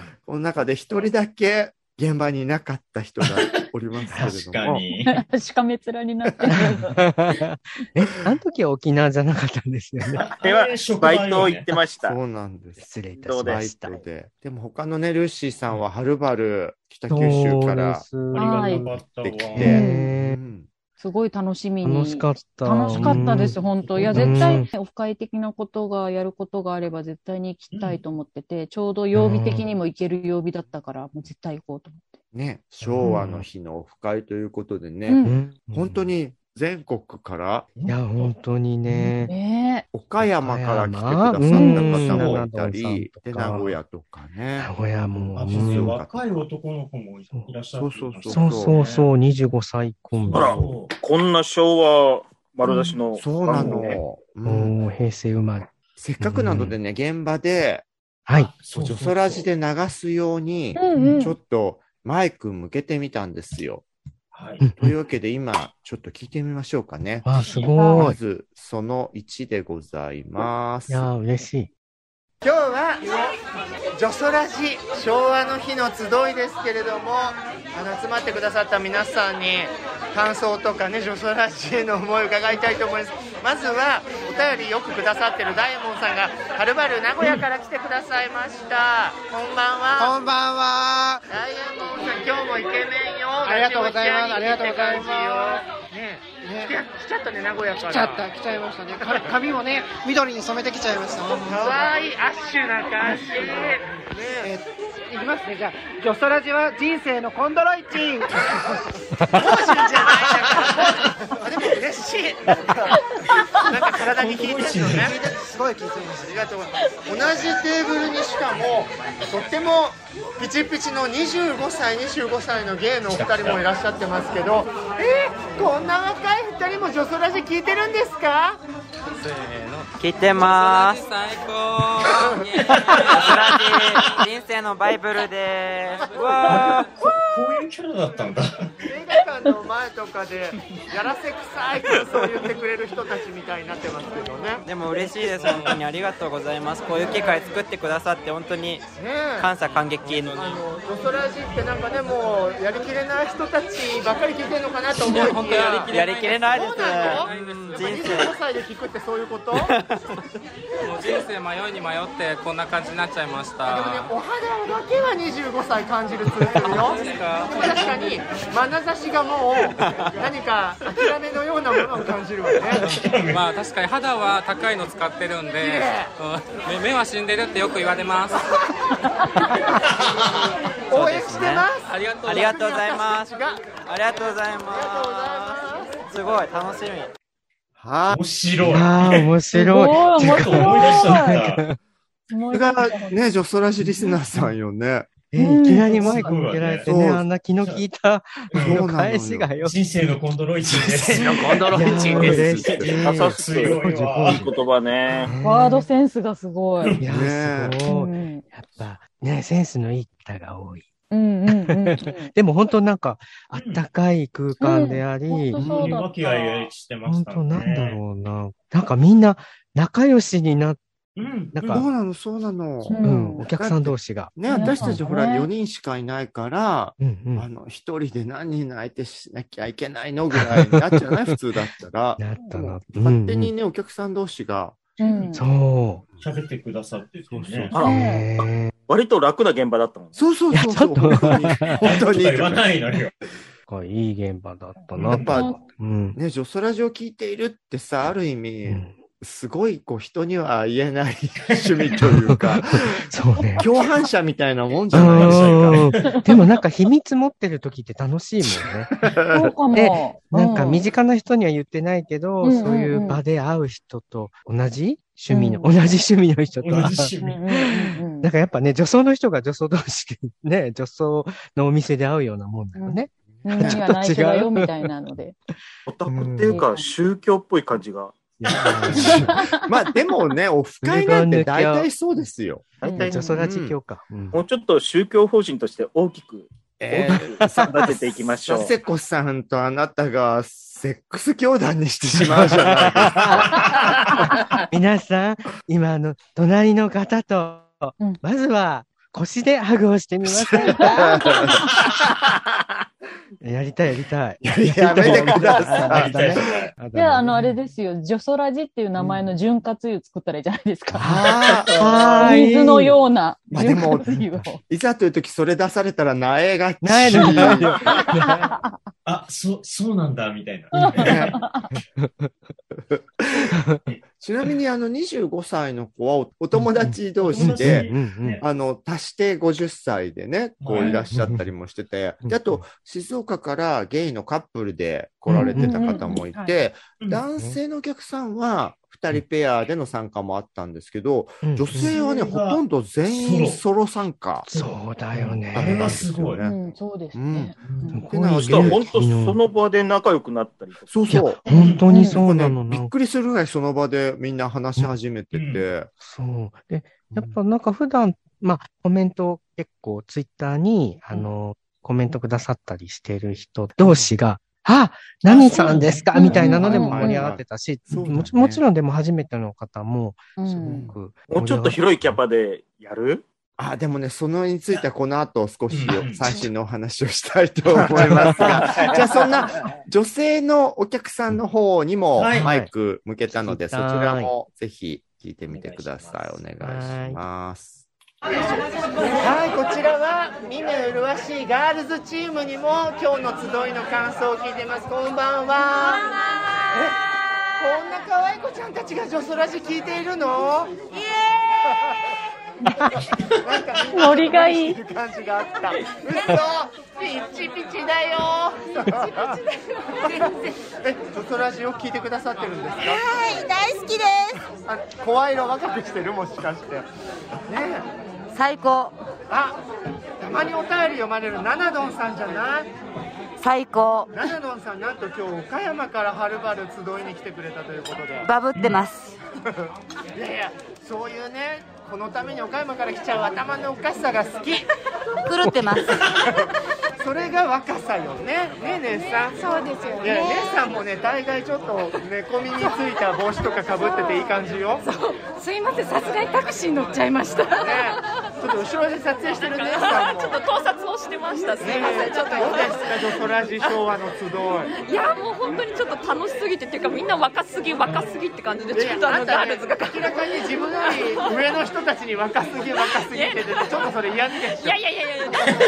この中で一人だけ現場にいなかった人がおりますけれども。 確かに。 しかめ面になってる。 え、あの時は沖縄じゃなかったんですよね。 あれはバイト行ってました。 そうなんです。 失礼いたしました。 バイトで。でも他のね、ルーシーさんははるばる北九州から行ってきて、 すごい楽しみに。 楽しかった。 楽しかったです、本当。いや、絶対、オフ会的なことが、やることがあれば、絶対に行きたいと思ってて、ちょうど曜日的にも行ける曜日だったから、もう絶対行こうと思って。 ね、昭和の日のオフ会ということでね、うん、本当に全国から、 いや、本当にね、 ね岡山から来てくださった方もいたり、で、名古屋とかね。 名古屋も、 若い男の子もいらっしゃる。 そうそうそうそう、にじゅうごさいコンビ。 あら、こんな昭和丸出しの、 そうなの。 平成生まれ。 せっかくなのでね、現場で、 はい。 ジョソラジで流すように、ちょっとマイク向けてみたんですよ。はい。というわけで今、ちょっと聞いてみましょうかね。 あ、すごい。 まず、そのいちでございます。 いや、嬉しい。 今日はジョソラジ昭和の日の集いですけれども、あの集まってくださった皆さんに感想とかね、ジョソラジへの思いを伺いたいと思います。まずはお便りよくくださってるダイヤモンさんがはるばる名古屋から来てくださいました。こんばんは。 こんばんは。 ダイヤモンさん、今日もイケメンよ。 ありがとうございます。ありがとうございます。 ねね、来ちゃったね、名古屋から。 来ちゃった、来ちゃいましたね。髪もね、緑に染めてきちゃいました。 かわいい、アッシュな感じ。ねえー、いきますね、じゃあ、ジョソラジは人生のコンドロイチン。もう死んじゃないんだから。 でも嬉しい。なんか体に効いてるのね。 すごい効いてます。 ありがとうございます。同じテーブルにしかも、とってもピチピチのにじゅうごさい、にじゅうごさいのゲイのお二人もいらっしゃってますけど、えー、こんな若い二人もジョソラジ聞いてるんですか？ せーの、聞いてまーす。最高。ジョソラジ人生のバイブルでーす。わー。 こういうキャラだったんだ。 映画館の前とかでやらせ臭い感想を言ってくれる人たちみたいになってますけどね。 でも嬉しいです、本当にありがとうございます。こういう機会作ってくださって本当に感謝感激。 あのジョソラジってなんかね、もうやりきれない人たちばっかり聞いてるのかなと思いきや、 やりきれないです。 人生にじゅうごさいで聞くってそういうこと？もう人生迷いに迷ってこんな感じになっちゃいました。 でもね、お肌だけはにじゅうごさい感じるつってるよ。確かに眼差しがもう何か諦めのようなものを感じるわね。 まあ確かに肌は高いの使ってるんで、うん、目は死んでるってよく言われます。 応援してます。 ありがとうございます。ありがとうございます。すごい楽しみ。 は面白い。 ああ、面白い。 思い出しちゃった。 これがね、ジョソラジリスナーさんよね。 えー、いきなりマイク向けられてね、あんな気の利いた返しがよ。 人生のコンドロイチンです。 人生のコンドロイチンです。 優しい。いい言葉ね。 ワードセンスがすごい。 いや、すごい。やっぱね、センスのいい方が多い。 うんうんうん、 でも本当なんか、あったかい空間であり、 うん、本当に和気あいあいしてましたね。 本当なんだろうな。なんかみんな仲良しになって、 うん、なんかそうなの、そうなの。 うん、お客さん同士が。 ね、私たちほらよにんしかいないから、うんうん、あの、一人で何人相手しなきゃいけないのぐらいになっちゃうね、普通だったら。 なったな。 勝手にね、お客さん同士が。 うん、そう。 喋ってくださっててね。 あら、割と楽な現場だったもんね。 そうそうそうそう。本当に。本当に。 言わないのよ。 いい現場だったな。 やっぱ、うん、ね、ジョソラジを聞いているってさ、ある意味、うんすごい、こう、人には言えない趣味というか、 そうね。 共犯者みたいなもんじゃないでしょうか。 でもなんか秘密持ってる時って楽しいもんね。 そうかも。 で、なんか身近な人には言ってないけど、うん、そういう場で会う人と同じ趣味の、うん、同じ趣味の人と同じ趣味。 なんかやっぱね、女装の人が女装同士でね、女装のお店で会うようなもんだよね。 うん、ちょっと違う。よみたいなので。 オタクっていうか、宗教っぽい感じが。 まあでもね、オフ会なんて大体そうですよ。 大体女装ラジ教か。 もうちょっと宗教法人として大きく、えー、育てていきましょう。 佐世子さんとあなたがセックス教団にしてしまうじゃないですか。 皆さん、今あの、隣の方と、うん、まずは腰でハグをしてみませんか？やりたい、やりたい。 やめてください。 じゃあ、あの、あれですよ。ジョソラジっていう名前の潤滑油作ったらいいじゃないですか。 あ水のような潤滑油を。いざというときそれ出されたら苗が苗のあ、そ、そうなんだ、みたいな。 ちなみにあのにじゅうごさいの子はお友達同士で、あの、足してごじゅっさいでね、こういらっしゃったりもしてて、であと、静岡からゲイのカップルで来られてた方もいて、男性のお客さんは二人ペアでの参加もあったんですけど、女性はね、ほとんど全員ソロ参加。 そうだよね。 あれがすごい。 そうですね。 そしたら本当その場で仲良くなったりとか。 そうそう。 本当にそうなの。 びっくりするぐらいその場でみんな話し始めてて。 そう。で、やっぱなんか普段、まあコメント結構ツイッターに、あの、コメントくださったりしてる人同士が、 あ、何さんですかみたいなのでも盛り上がってたし、もち、もちろんでも初めての方も、すごく、 もうちょっと広いキャパでやる？ あ、でもね、そのについてはこの後少し最新のお話をしたいと思いますが、じゃあそんな女性のお客さんの方にもマイク向けたので、そちらもぜひ聞いてみてください。お願いします。 はい、こちらは見目麗しいガールズチームにも今日の集いの感想を聞いてます。こんばんは。え、こんな可愛い子ちゃんたちがジョソラジ聞いているの？イエーイノリがいい感じがあった。嘘、ピッチピチだよ。ピチピチだよ。え、ジョソラジを聞いてくださってるんですか？ はい、大好きです。 あ、声色若くしてる、もしかして。ねえ。 最高。 あ、たまにお便り読まれるナナドンさんじゃない？ 最高。 ナナドンさん、なんと今日岡山からはるばる集いに来てくれたということで。 バブってます。 いやいや、そういうね、このために岡山から来ちゃう頭のおかしさが好き。 狂ってます。 それが若さよね。ねえ姉さん。 そうですよね。 いや、姉さんもね、大概ちょっと寝込みについた帽子とかかぶってていい感じよ。 そう。すいません、さすがにタクシー乗っちゃいました。 ね、ちょっと後ろで撮影してる姉さんも。 ちょっと盗撮をしてました。すいません、ちょっと。 どうですか、ジョソラジ昭和の集い。 いや、もう本当にちょっと楽しすぎてっていうか、みんな若すぎ若すぎって感じで、ちょっとあのガールズが明らかに自分より上の人たちに若すぎ若すぎって出て、ちょっとそれ嫌味でしょ。 いやいやいやいや、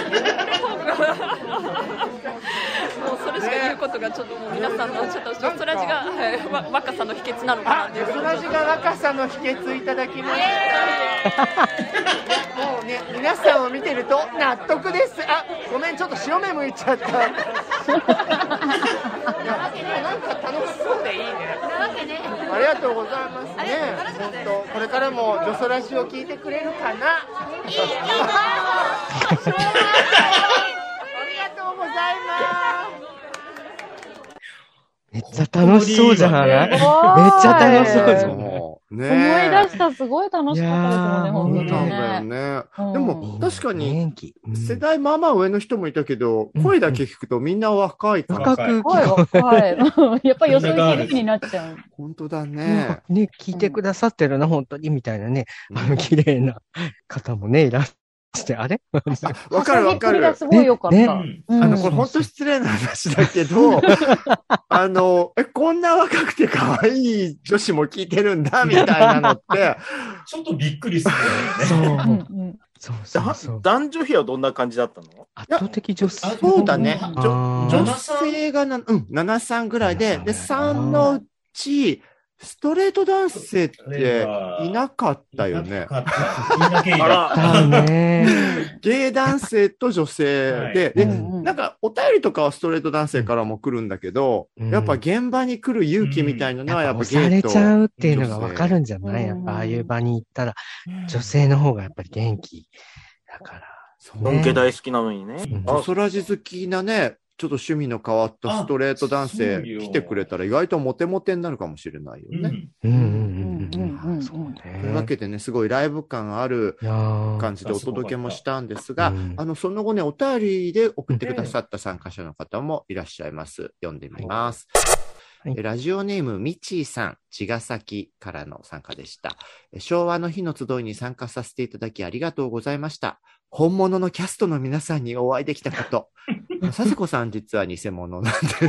もうそれしか言うことがちょっともう皆さんのちょっとジョソラジが、はい、わ若さの秘訣なのかなっていう。 ジョソラジが若さの秘訣いただきました。もうね、皆さんを見てると納得です。あ、ごめん、ちょっと白目向いちゃった。いや、なんか楽しそうでいいね。ありがとうございますね。本当、これからもジョソラジを聞いてくれるかな。いいよ。ありがとうございます。 めっちゃ楽しそうじゃない？めっちゃ楽しそうじゃない？ ね、思い出した、すごい楽しかったですよね、本当にね。 そうだよね。でも、確かに、世代まあまあ上の人もいたけど、声だけ聞くとみんな若いから。 若く聞こえ若い。やっぱりよそ行きになっちゃう。 本当だね。 ね、聞いてくださってるな、本当に、みたいなね。あの、綺麗な方もね、いらっしゃる。して、あれわかるわかる。 すごい良かった。ねねうん、あの、これ本当失礼な話だけど、あの、え、こんな若くて可愛い女子も聞いてるんだ、みたいなのって、 ちょっとびっくりするよね。 そう。そうそうそう。 男女比はどんな感じだったの？ 圧倒的女性。 そうだね。女, 女性がな、うん、ななさんぐらいで、で、さんのうち、ストレート男性っていなかったよね。 だね。 ゲイ男性と女性で、はい、で、うんうん、なんかお便りとかはストレート男性からも来るんだけど、うん、やっぱ現場に来る勇気みたいなのはやっぱゲイと、うん、 押されちゃうっていうのがわかるんじゃない？やっぱああいう場に行ったら、女性の方がやっぱり元気だから。 のんけ大好きなのにね。 ジョソラジ好きなね、ちょっと趣味の変わったストレート男性来てくれたら意外とモテモテになるかもしれないよね。 うんうんうんうん。そうね。 というわけでね、すごいライブ感ある感じでお届けもしたんですが、あの、その後ね、お便りで送ってくださった参加者の方もいらっしゃいます。読んでみます。はい、ラジオネームみちーさん、茅ヶ崎からの参加でした。昭和の日の集いに参加させていただきありがとうございました。本物のキャストの皆さんにお会いできたこと。佐世子さん実は偽物なんで。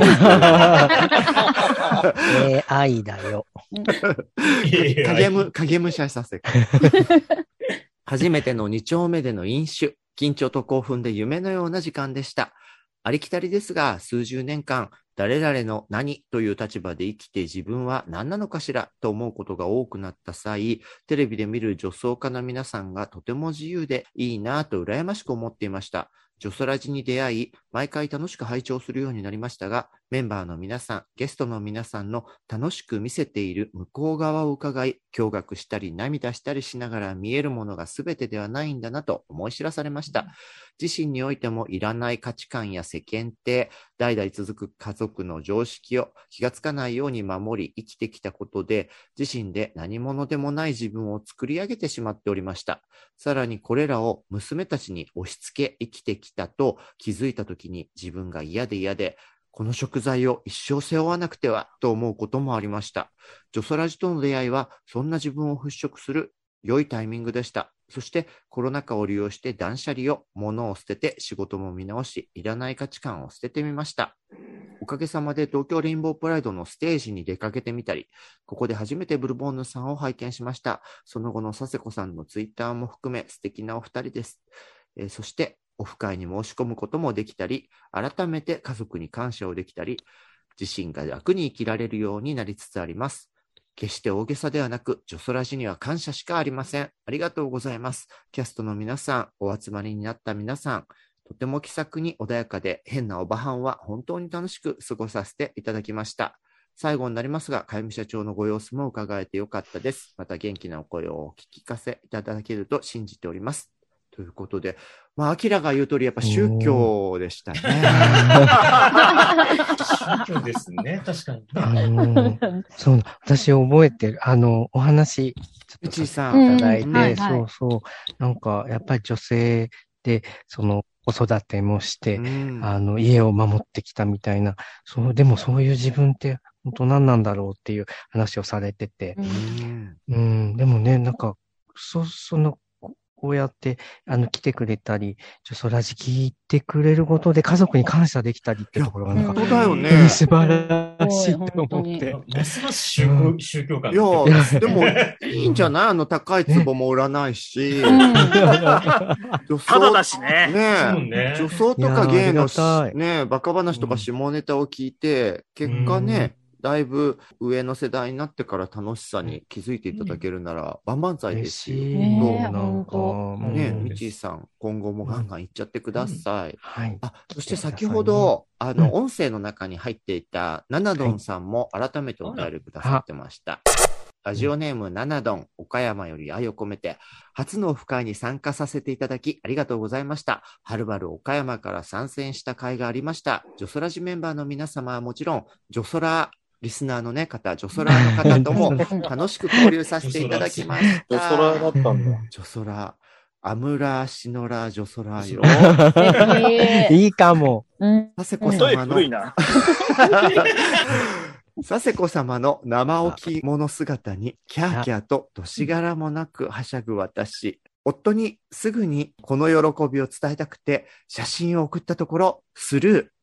エーアイ だよ。 影武、影武者佐世子。初めてのに丁目での飲酒。緊張と興奮で夢のような時間でした。ありきたりですが、数十年間、誰々の何という立場で生きて自分は何なのかしらと思うことが多くなった際、テレビで見る女装家の皆さんがとても自由でいいなぁと羨ましく思っていました。ジョソラジに出会い、毎回楽しく拝聴するようになりましたが、メンバーの皆さん、ゲストの皆さんの楽しく見せている向こう側を伺い、驚愕したり涙したりしながら見えるものが全てではないんだなと思い知らされました。自身においてもいらない価値観や世間体、代々続く家族の常識を気がつかないように守り生きてきたことで、自身で何者でもない自分を作り上げてしまっておりました。さらにこれらを娘たちに押し付け生きてきたと気づいたときに自分が嫌で嫌で、 この食材を一生背負わなくてはと思うこともありました。ジョソラジとの出会いは、そんな自分を払拭する良いタイミングでした。そしてコロナ禍を利用して断捨離を、物を捨てて仕事も見直し、いらない価値観を捨ててみました。おかげさまで東京レインボープライドのステージに出かけてみたり、ここで初めてブルボンヌさんを拝見しました。その後の佐世子さんのツイッターも含め素敵なお二人です。えー、そしてオフ会に申し込むこともできたり、改めて家族に感謝をできたり、自身が楽に生きられるようになりつつあります。決して大げさではなく、ジョソラジには感謝しかありません。ありがとうございます。キャストの皆さん、お集まりになった皆さん、とても気さくに穏やかで変なおばはんは本当に楽しく過ごさせていただきました。最後になりますが、かゆみ社長のご様子も伺えてよかったです。また元気なお声をお聞かせいただけると信じております。ということで、まあ、アキラが言う通り、やっぱ宗教でしたね。 宗教ですね、確かに。 あのー、そう、私覚えてる、あの、お話、ちょっとさせていただいて、 うんはいはい、 そうそう、なんか、やっぱり女性で、その、子育てもして、うん、あの、家を守ってきたみたいな、そう、でもそういう自分って、本当何なんだろうっていう話をされてて、うん、うん、でもね、なんか、そ、その、こうやって、あの、来てくれたり、ジョソラジ聞いてくれることで家族に感謝できたりってところがなんか、 本当だよね。 素晴らしいと思って。 ますます宗教、うん、宗教感。 いや、でも、いいんじゃないあの、高い壺も売らないし。 ただだしね。 ね女装とか芸の、ね、バカ話とか下ネタを聞いて、結果ね、だいぶ上の世代になってから楽しさに気づいていただけるなら、万々歳ですよ。 ね、なんか。 ね、みちーさん、今後もガンガンいっちゃってください。はい。あ、そして先ほど、あの、音声の中に入っていた、ナナドンさんも改めてお便りくださってました。ラジオネームナナドン、岡山より愛を込めて、初のオフ会に参加させていただき、ありがとうございました。はるばる岡山から参戦した会がありました。ジョソラジメンバーの皆様はもちろん、ジョソラリスナーのね、方、ジョソラーの方とも楽しく交流させていただきました。 ジョソラーだったんだ。 ジョソラー。アムラー、シノラー、ジョソラーよ。 いいかも。 佐世子様の、佐世子様の生置物姿に、キャーキャーと年柄もなくはしゃぐ私。夫にすぐにこの喜びを伝えたくて、写真を送ったところ、スルー。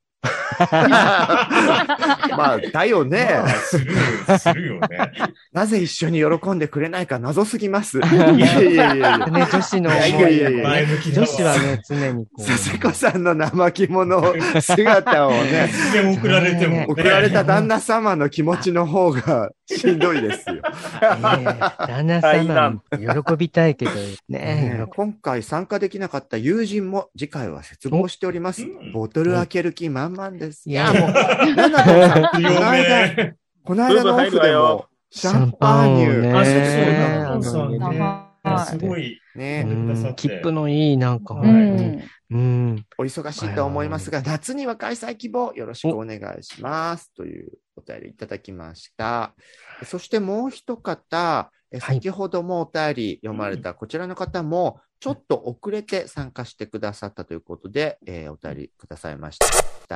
まあ、だよね。 まあ、するよ、するよね。 なぜ一緒に喜んでくれないか謎すぎます。いやいやいやいや。 ね、女子の思い。いやいやいや女子はね、常にこう。 佐世子さんの生着物姿をね。 でも送られても、ね。 送られた旦那様の気持ちの方がしんどいですよ。ね、 旦那様喜びたいけどね、 ね。今回参加できなかった友人も次回は切望しております。ボトル開ける気満々です。いや、もう、なんだろう、この間、この間のオフでも、シャンパーニュー。 あ、そうそう。すごい。 ね。 切符のいい、なんか、うんうん、お忙しいと思いますが、夏には開催希望よろしくお願いします。というお便りいただきました。そしてもう一方、先ほどもお便り読まれたこちらの方も、ちょっと遅れて参加してくださったということで、えー、お便りくださいました。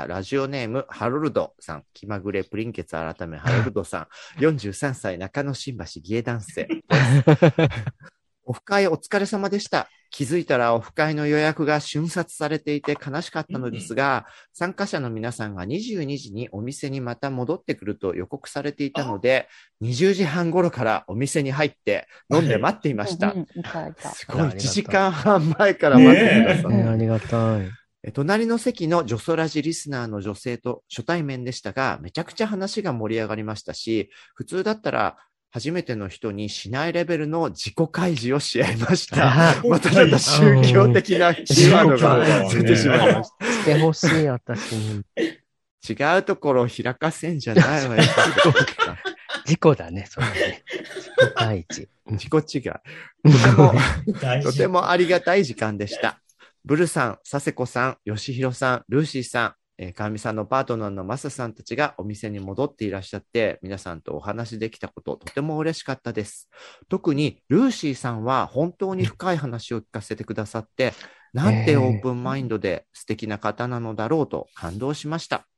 ラジオネーム、ハロルドさん、気まぐれプリンケツ改めハロルドさん、よんじゅうさんさい中野新橋芸男性。オフ会お疲れ様でした。気づいたらオフ会の予約が瞬殺されていて悲しかったのですが、参加者の皆さんがにじゅうにじにお店にまた戻ってくると予告されていたので、にじゅうじはん頃からお店に入って飲んで待っていました。すごい、いちじかんはん前から待ってくださって。 ありがたい。 隣の席のジョソラジリスナーの女性と初対面でしたが、めちゃくちゃ話が盛り上がりましたし、普通だったら、初めての人にしないレベルの自己開示をし合いました。またなんか宗教的なキーワードが出てしまいました。 してほしい、私に。 違うところを開かせんじゃないわよ。 自己だね、それね。自己開示。 自己違い。とても、とてもありがたい時間でした。ブルさん、佐世子さん、吉弘さん、ルーシーさん、えー、かみさんのパートナーのマサさんたちがお店に戻っていらっしゃって、皆さんとお話できたこと、とても嬉しかったです。特にルーシーさんは本当に深い話を聞かせてくださって、なんてオープンマインドで素敵な方なのだろうと感動しました。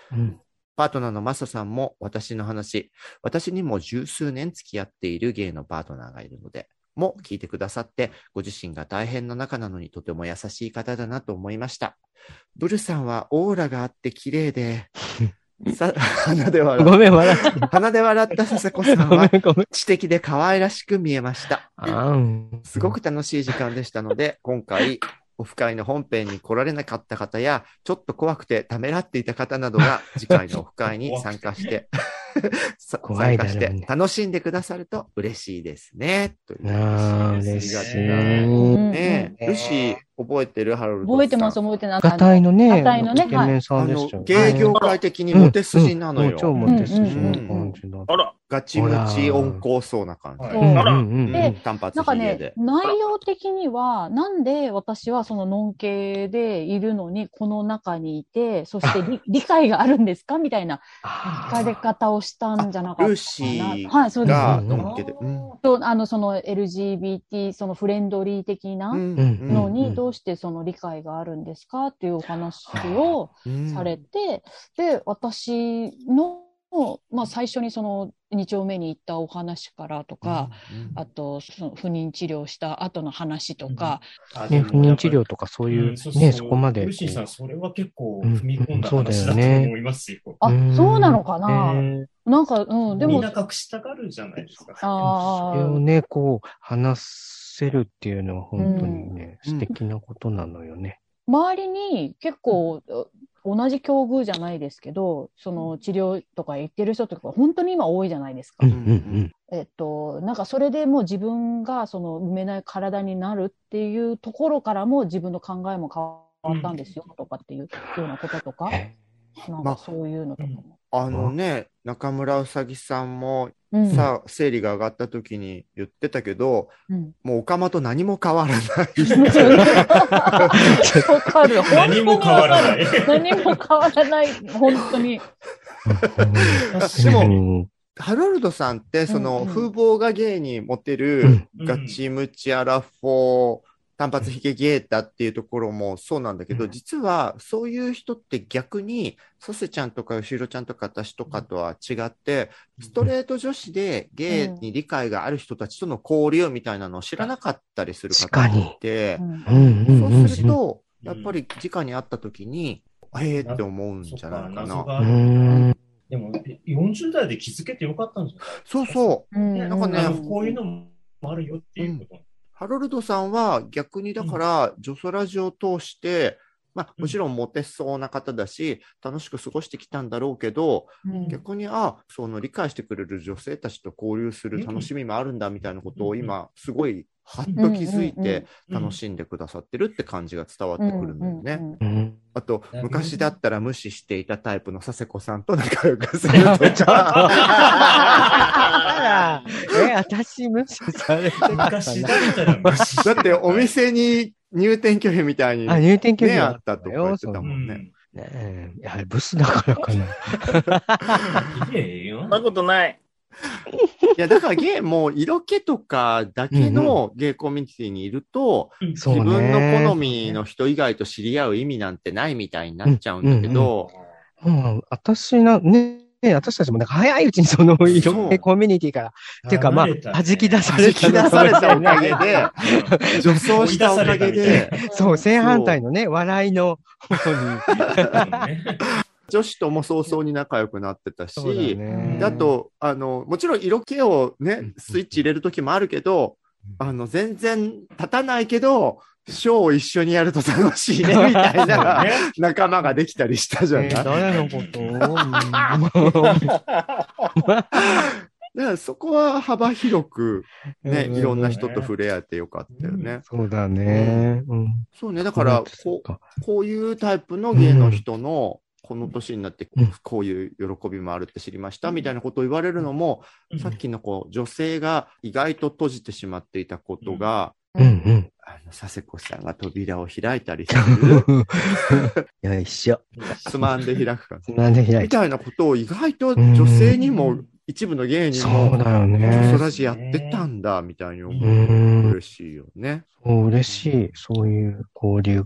うん、 パートナーのマサさんも私の話、私にも十数年付き合っているゲイのパートナーがいるので、も聞いてくださって、ご自身が大変な中なのにとても優しい方だなと思いました。ブルさんはオーラがあって綺麗で、さ鼻で笑った。 ごめん、笑って。 鼻で笑った佐世子さんは知的で可愛らしく見えました。すごく楽しい時間でしたので、今回、オフ会の本編に来られなかった方や、ちょっと怖くてためらっていた方などが、次回のオフ会に参加して、参加して楽しんでくださると嬉しいですね。というああ、嬉しい。 ねえ、ルシー、覚えてるハロルドさん。 覚えてます、覚えてます。 ガタイのね、 ガタイのね、 イケメンさんでしたよ。 芸業界的にモテ筋なのよ。 超モテ筋の感じだ。 あら。 ガチムチ温厚そうな感じ。 あら。 で、 単発なんかね、内容的には、なんで私はそのノン系でいるのに、この中にいて、そして理理解があるんですかみたいな聞かれ方をしたんじゃなかったかな。 ルシーはい、そうです。 がノン系で。 と、あの、その エルジービーティー、そのフレンドリー的なのに、どうしてその理解があるんですかっていうお話をされて、で、私の、まあ、最初にそのに丁目に行ったお話からとか、うんうん、あとその不妊治療した後の話とか、 うんね、不妊治療とかそういう、うん、そうそうね、そこまで。 ルシーさん、それは結構踏み込んだ話だと思いますよ。 うんうん、あ、そうなのかな、なんか、うん、でも。 みんな隠したがるじゃないですか。 あそれをね、こう、話せるっていうのは本当にね、うん、素敵なことなのよね。 周りに結構、同じ境遇じゃないですけど、その治療とか行ってる人とか本当に今多いじゃないですか。 うんうんうん、 えっと、なんかそれでもう自分がその産めない体になるっていうところからも自分の考えも変わったんですよとかっていうようなこととか、なんかそういうのとかも。 あのね、中村うさぎさんもさ、うん、生理が上がった時に言ってたけど、うん、もうおかまと何も変わらない。 わかる。 何も変わらない。 何も変わらない。本当に。 でも、ハロルドさんって、その、風貌がゲイにモテる、ガチムチアラフォー、単発ヒゲゲータっていうところもそうなんだけど、実はそういう人って逆に、ソセちゃんとかヨシロちゃんとか私とかとは違って、ストレート女子でゲイに理解がある人たちとの交流みたいなのを知らなかったりする方がいて、そうすると、やっぱり直に会った時に、へえって思うんじゃないかな。 でも、よんじゅう代で気づけてよかったんじゃないですか。 そうそう。 なんかね、こういうのもあるよっていうこと。 ハロルドさんは逆にだから、ジョソラジを通して、まあもちろんモテそうな方だし、楽しく過ごしてきたんだろうけど、うん、逆に、あ、その理解してくれる女性たちと交流する楽しみもあるんだみたいなことを今、すごい、はっと気づいて楽しんでくださってるって感じが伝わってくるんだよね。あと、昔だったら無視していたタイプの佐世子さんと仲良くするとか。 え、私無視されてた昔だったら無視だってお店に入店拒否みたいに、ね、 あ、入店拒否あったとか言ってたもんね。 ねえ、やはりブスだからかな。 そんなことない。 いや、だからゲイも色気とかだけのゲイコミュニティにいると、うんうん、自分の好みの人以外と知り合う意味なんてないみたいになっちゃうんだけど、 うんうんうんうん、私な、ね、私たちもなんか早いうちにその色気コミュニティから、っていうかまあ、弾き出された。 弾き出されたおかげで、女装したおかげで、 そう、正反対のね、笑いの方に。 女子とも早々に仲良くなってたし、あと、あの、もちろん色気をね、スイッチ入れるときもあるけど、あの、全然立たないけど、ショーを一緒にやると楽しいね、みたいな仲間ができたりしたじゃない、えー、 誰のことだからそこは幅広くね、いろんな人と触れ合えてよかったよね。 そうだね。 うん、そうね。だから、こう、こういうタイプの芸の人の、この年になってこういう喜びもあるって知りましたみたいなことを言われるのも、さっきのこう女性が意外と閉じてしまっていたことが、 うんうん、 あの佐世子さんが扉を開いたりするよいしょつまんで開くかつまんで開くみたいなことを意外と女性にも一部の芸人もそうだよね。 ソラジやってたんだみたいに思う。嬉しいよね。 そう嬉しい。そういう交流が。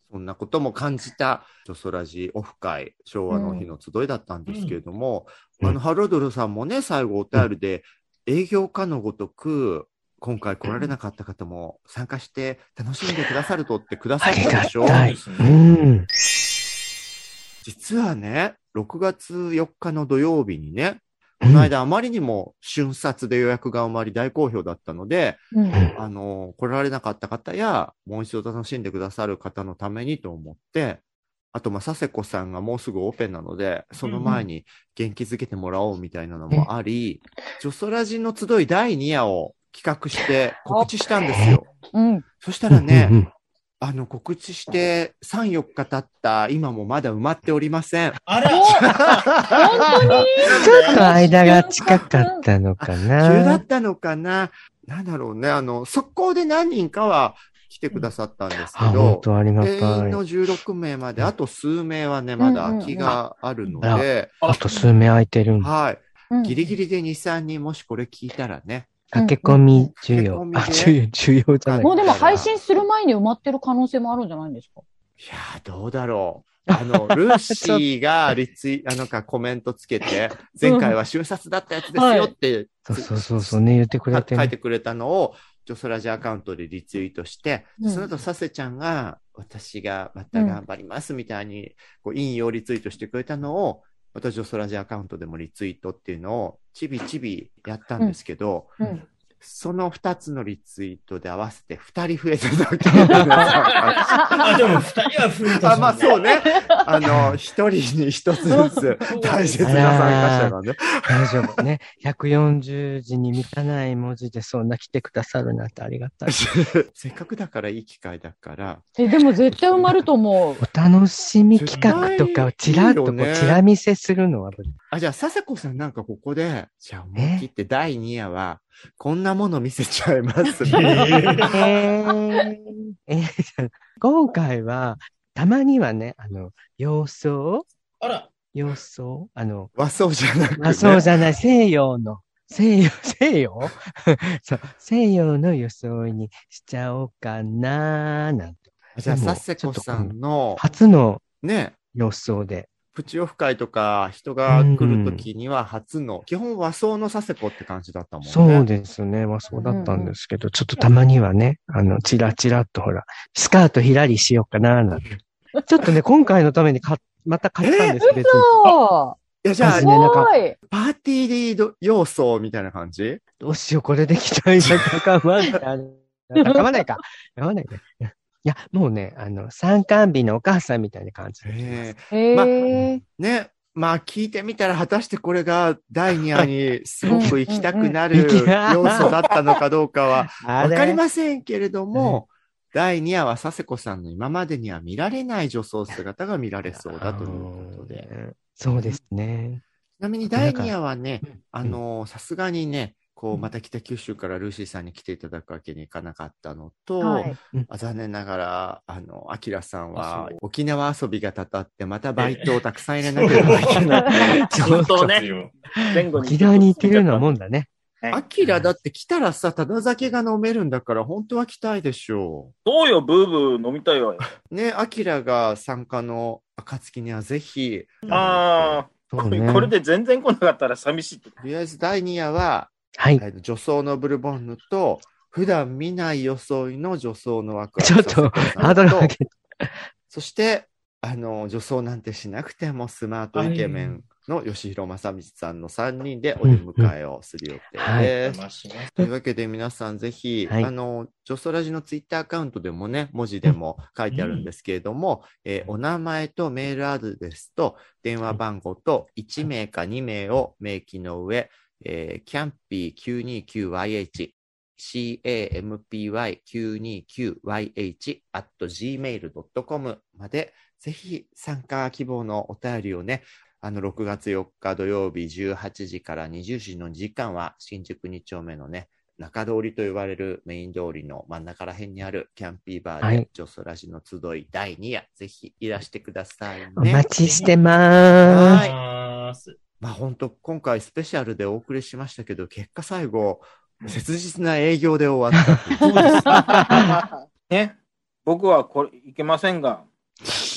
そんなことも感じたジョソラジオフ会、昭和の日の集いだったんですけれども、うん、あの、ハロドルさんもね、最後お便りで、営業家のごとく、今回来られなかった方も参加して楽しんでくださるとってくださったでしょ。 ありがたい。うん。 実はね、ろくがつよっかの土曜日にね、この間あまりにも瞬殺で予約が埋まり大好評だったので、うん、あの、来られなかった方や、もう一度楽しんでくださる方のためにと思って、あと、まあ、佐世子さんがもうすぐオーペンなので、その前に元気づけてもらおうみたいなのもあり、うん、ジョソラジの集いだいに夜を企画して告知したんですよ。うん、そしたらね、うんうん、あの、告知してさん、よっか経った今もまだ埋まっておりません。 あら本当にちょっと間が近かったのかな。 急だったのかな。なんだろうね。あの、速攻で何人かは来てくださったんですけど、 本当ありがたい。 定員のじゅうろくめいまで、あと数名はね、まだ空きがあるので、うんうんうん、 あ, あと数名空いてるんだ。 はい。ギリギリでに、さんにんもしこれ聞いたらね、 駆け込み需要。あ、需要、需要じゃない。 もうでも配信する前に埋まってる可能性もあるんじゃないんですか？ いやー、どうだろう。あの、ルーシーがリツイ、あのかコメントつけて、前回は瞬殺だったやつですよって、 そうそうそうそうね、言ってくれて、 ね。書いてくれたのを、ジョソラジアカウントでリツイートして、うん、その後、サセちゃんが、私がまた頑張りますみたいに、こう、引用リツイートしてくれたのを、またジョソラジアカウントでもリツイートっていうのを、ちびちびやったんですけど、うんうんその二つのリツイートで合わせて二人増えただけ。 あ、でも二人は増えた。 あ、まあそうね。あの、一人に一つずつ大切な参加者がね。 大丈夫ね。ひゃくよんじゅうじに満たない文字でそんな来てくださるなんてありがたい。 せっかくだからいい機会だから。 え、でも絶対埋まると思う。 お楽しみ企画とかをちらっとこうちら見せするのは。 あ、じゃあ、佐世子さんなんかここで、じゃあ思い切ってだいに夜は、こんなもの見せちゃいますね。 えーえー、今回は、たまにはね、あの、洋装あら洋装あの、 和装じゃなくて、ね。 和装じゃない、西洋の。西洋、西洋そう西洋の装いにしちゃおうかなーなんて。 じゃあ、佐世子さんの、 初の、 ね、 洋装で。 プチオフ会とか人が来るときには初の、うん、基本和装の佐世子って感じだったもんね。 そうですね。和装だったんですけど、うん、ちょっとたまにはね、あの、チラチラっとほら、スカートひらりしようかななんて。ちょっとね、今回のためにか、また買ったんです、 別に。嘘いや、じゃあ、 ね、なんか、 パーティーリード要素みたいな感じ？ どうしよう、これできちゃい高まんない。高まないか。高まないね。いや、もうね、あの、参観日のお母さんみたいな感じで。 へまあ、ね、まあ聞いてみたら果たしてこれがだいに夜にすごく行きたくなる要素だったのかどうかはわかりませんけれども、だいに夜は佐世子さんの今までには見られない女装姿が見られそうだということで。 そうですね。 ちなみにだいに夜はね、あの、さすがにね、こう、また北九州からルーシーさんに来ていただくわけにいかなかったのと、はい、残念ながら、あの、アキラさんは沖縄遊びがたたって、またバイトをたくさん入れなければいけない。 本当ね。 沖縄に行ってるようなもんだね。 アキラだって来たらさ、ただ酒が飲めるんだから、本当は来たいでしょう。そうよ、ブーブー飲みたいわよ。 ね、アキラが参加の暁にはぜひ。 ああ、これ、これで全然来なかったら寂しいって。 とりあえずだいに夜は、 はい。 女装のブルボンヌと、普段見ない装いの女装の枠ちょっと、ハードル上げそして、あの、女装なんてしなくてもスマートイケメンの吉弘正道さんのさんにんでお出迎えをする予定です。うんうんはい、というわけで皆さんぜひ、はい、あの、ジョソラジのツイッターアカウントでもね、文字でも書いてあるんですけれども、うんえー、お名前とメールアドレスと電話番号といち名かに名を明記の上、えー、キャンピー きゅうにきゅうワイエイチ キャンピー きゅうにきゅうワイエイチ アット ジーメール ドットコム までぜひ参加希望のお便りをね、あのろくがつよっか土曜日じゅうはちじからにじゅうじの時間は新宿に丁目のね、中通りと呼ばれるメイン通りの真ん中ら辺にあるキャンピーバーで、はい、ジョソラジの集いだいに夜ぜひいらしてくださいね。 お待ちしてまーす。 はい。まあ本当今回スペシャルでお送りしましたけど、結果最後、切実な営業で終わった。そうです。 ね。僕はこれいけませんが、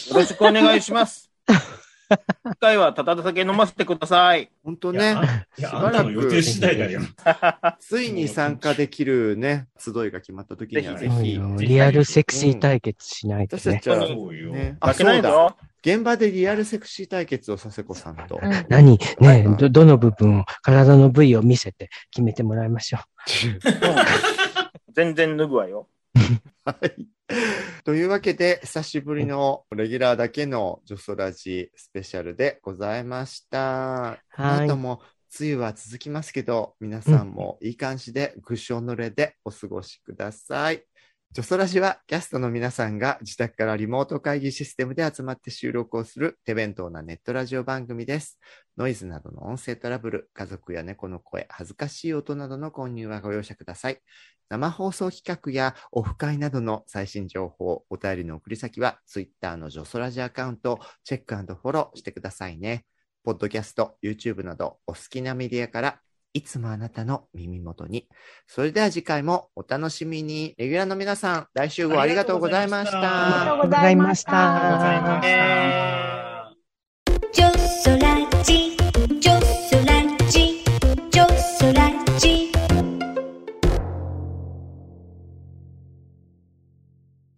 よろしくお願いします。次回はただ酒飲ませてください。 本当ね。 いや、しばらく予定次第だよ。 ついに参加できるね、集いが決まった時にはぜひ。 リアルセクシー対決しないとね。 私たちは、ね、あ、そうだ。現場でリアルセクシー対決を佐世子さんと。 何ね、ど、どの部分を、体の部位を見せて決めてもらいましょう。 全然脱ぐわよ。 はい。というわけで、久しぶりのレギュラーだけのジョソラジスペシャルでございました。この後も梅雨は続きますけど、皆さんもいい感じでぐしょ濡れでお過ごしください。ジョソラジはキャストの皆さんが自宅からリモート会議システムで集まって収録をする手弁当なネットラジオ番組です。ノイズなどの音声トラブル、家族や猫の声、恥ずかしい音などの混入はご容赦ください。生放送企画やオフ会などの最新情報、お便りの送り先は Twitter のジョソラジアカウントをチェック&フォローしてくださいね。ポッドキャスト、YouTube などお好きなメディアからいつもあなたの耳元に。それでは次回もお楽しみに。レギュラーの皆さん、来週号ありがとうございました。 ありがとうございました。 ありがとうございました。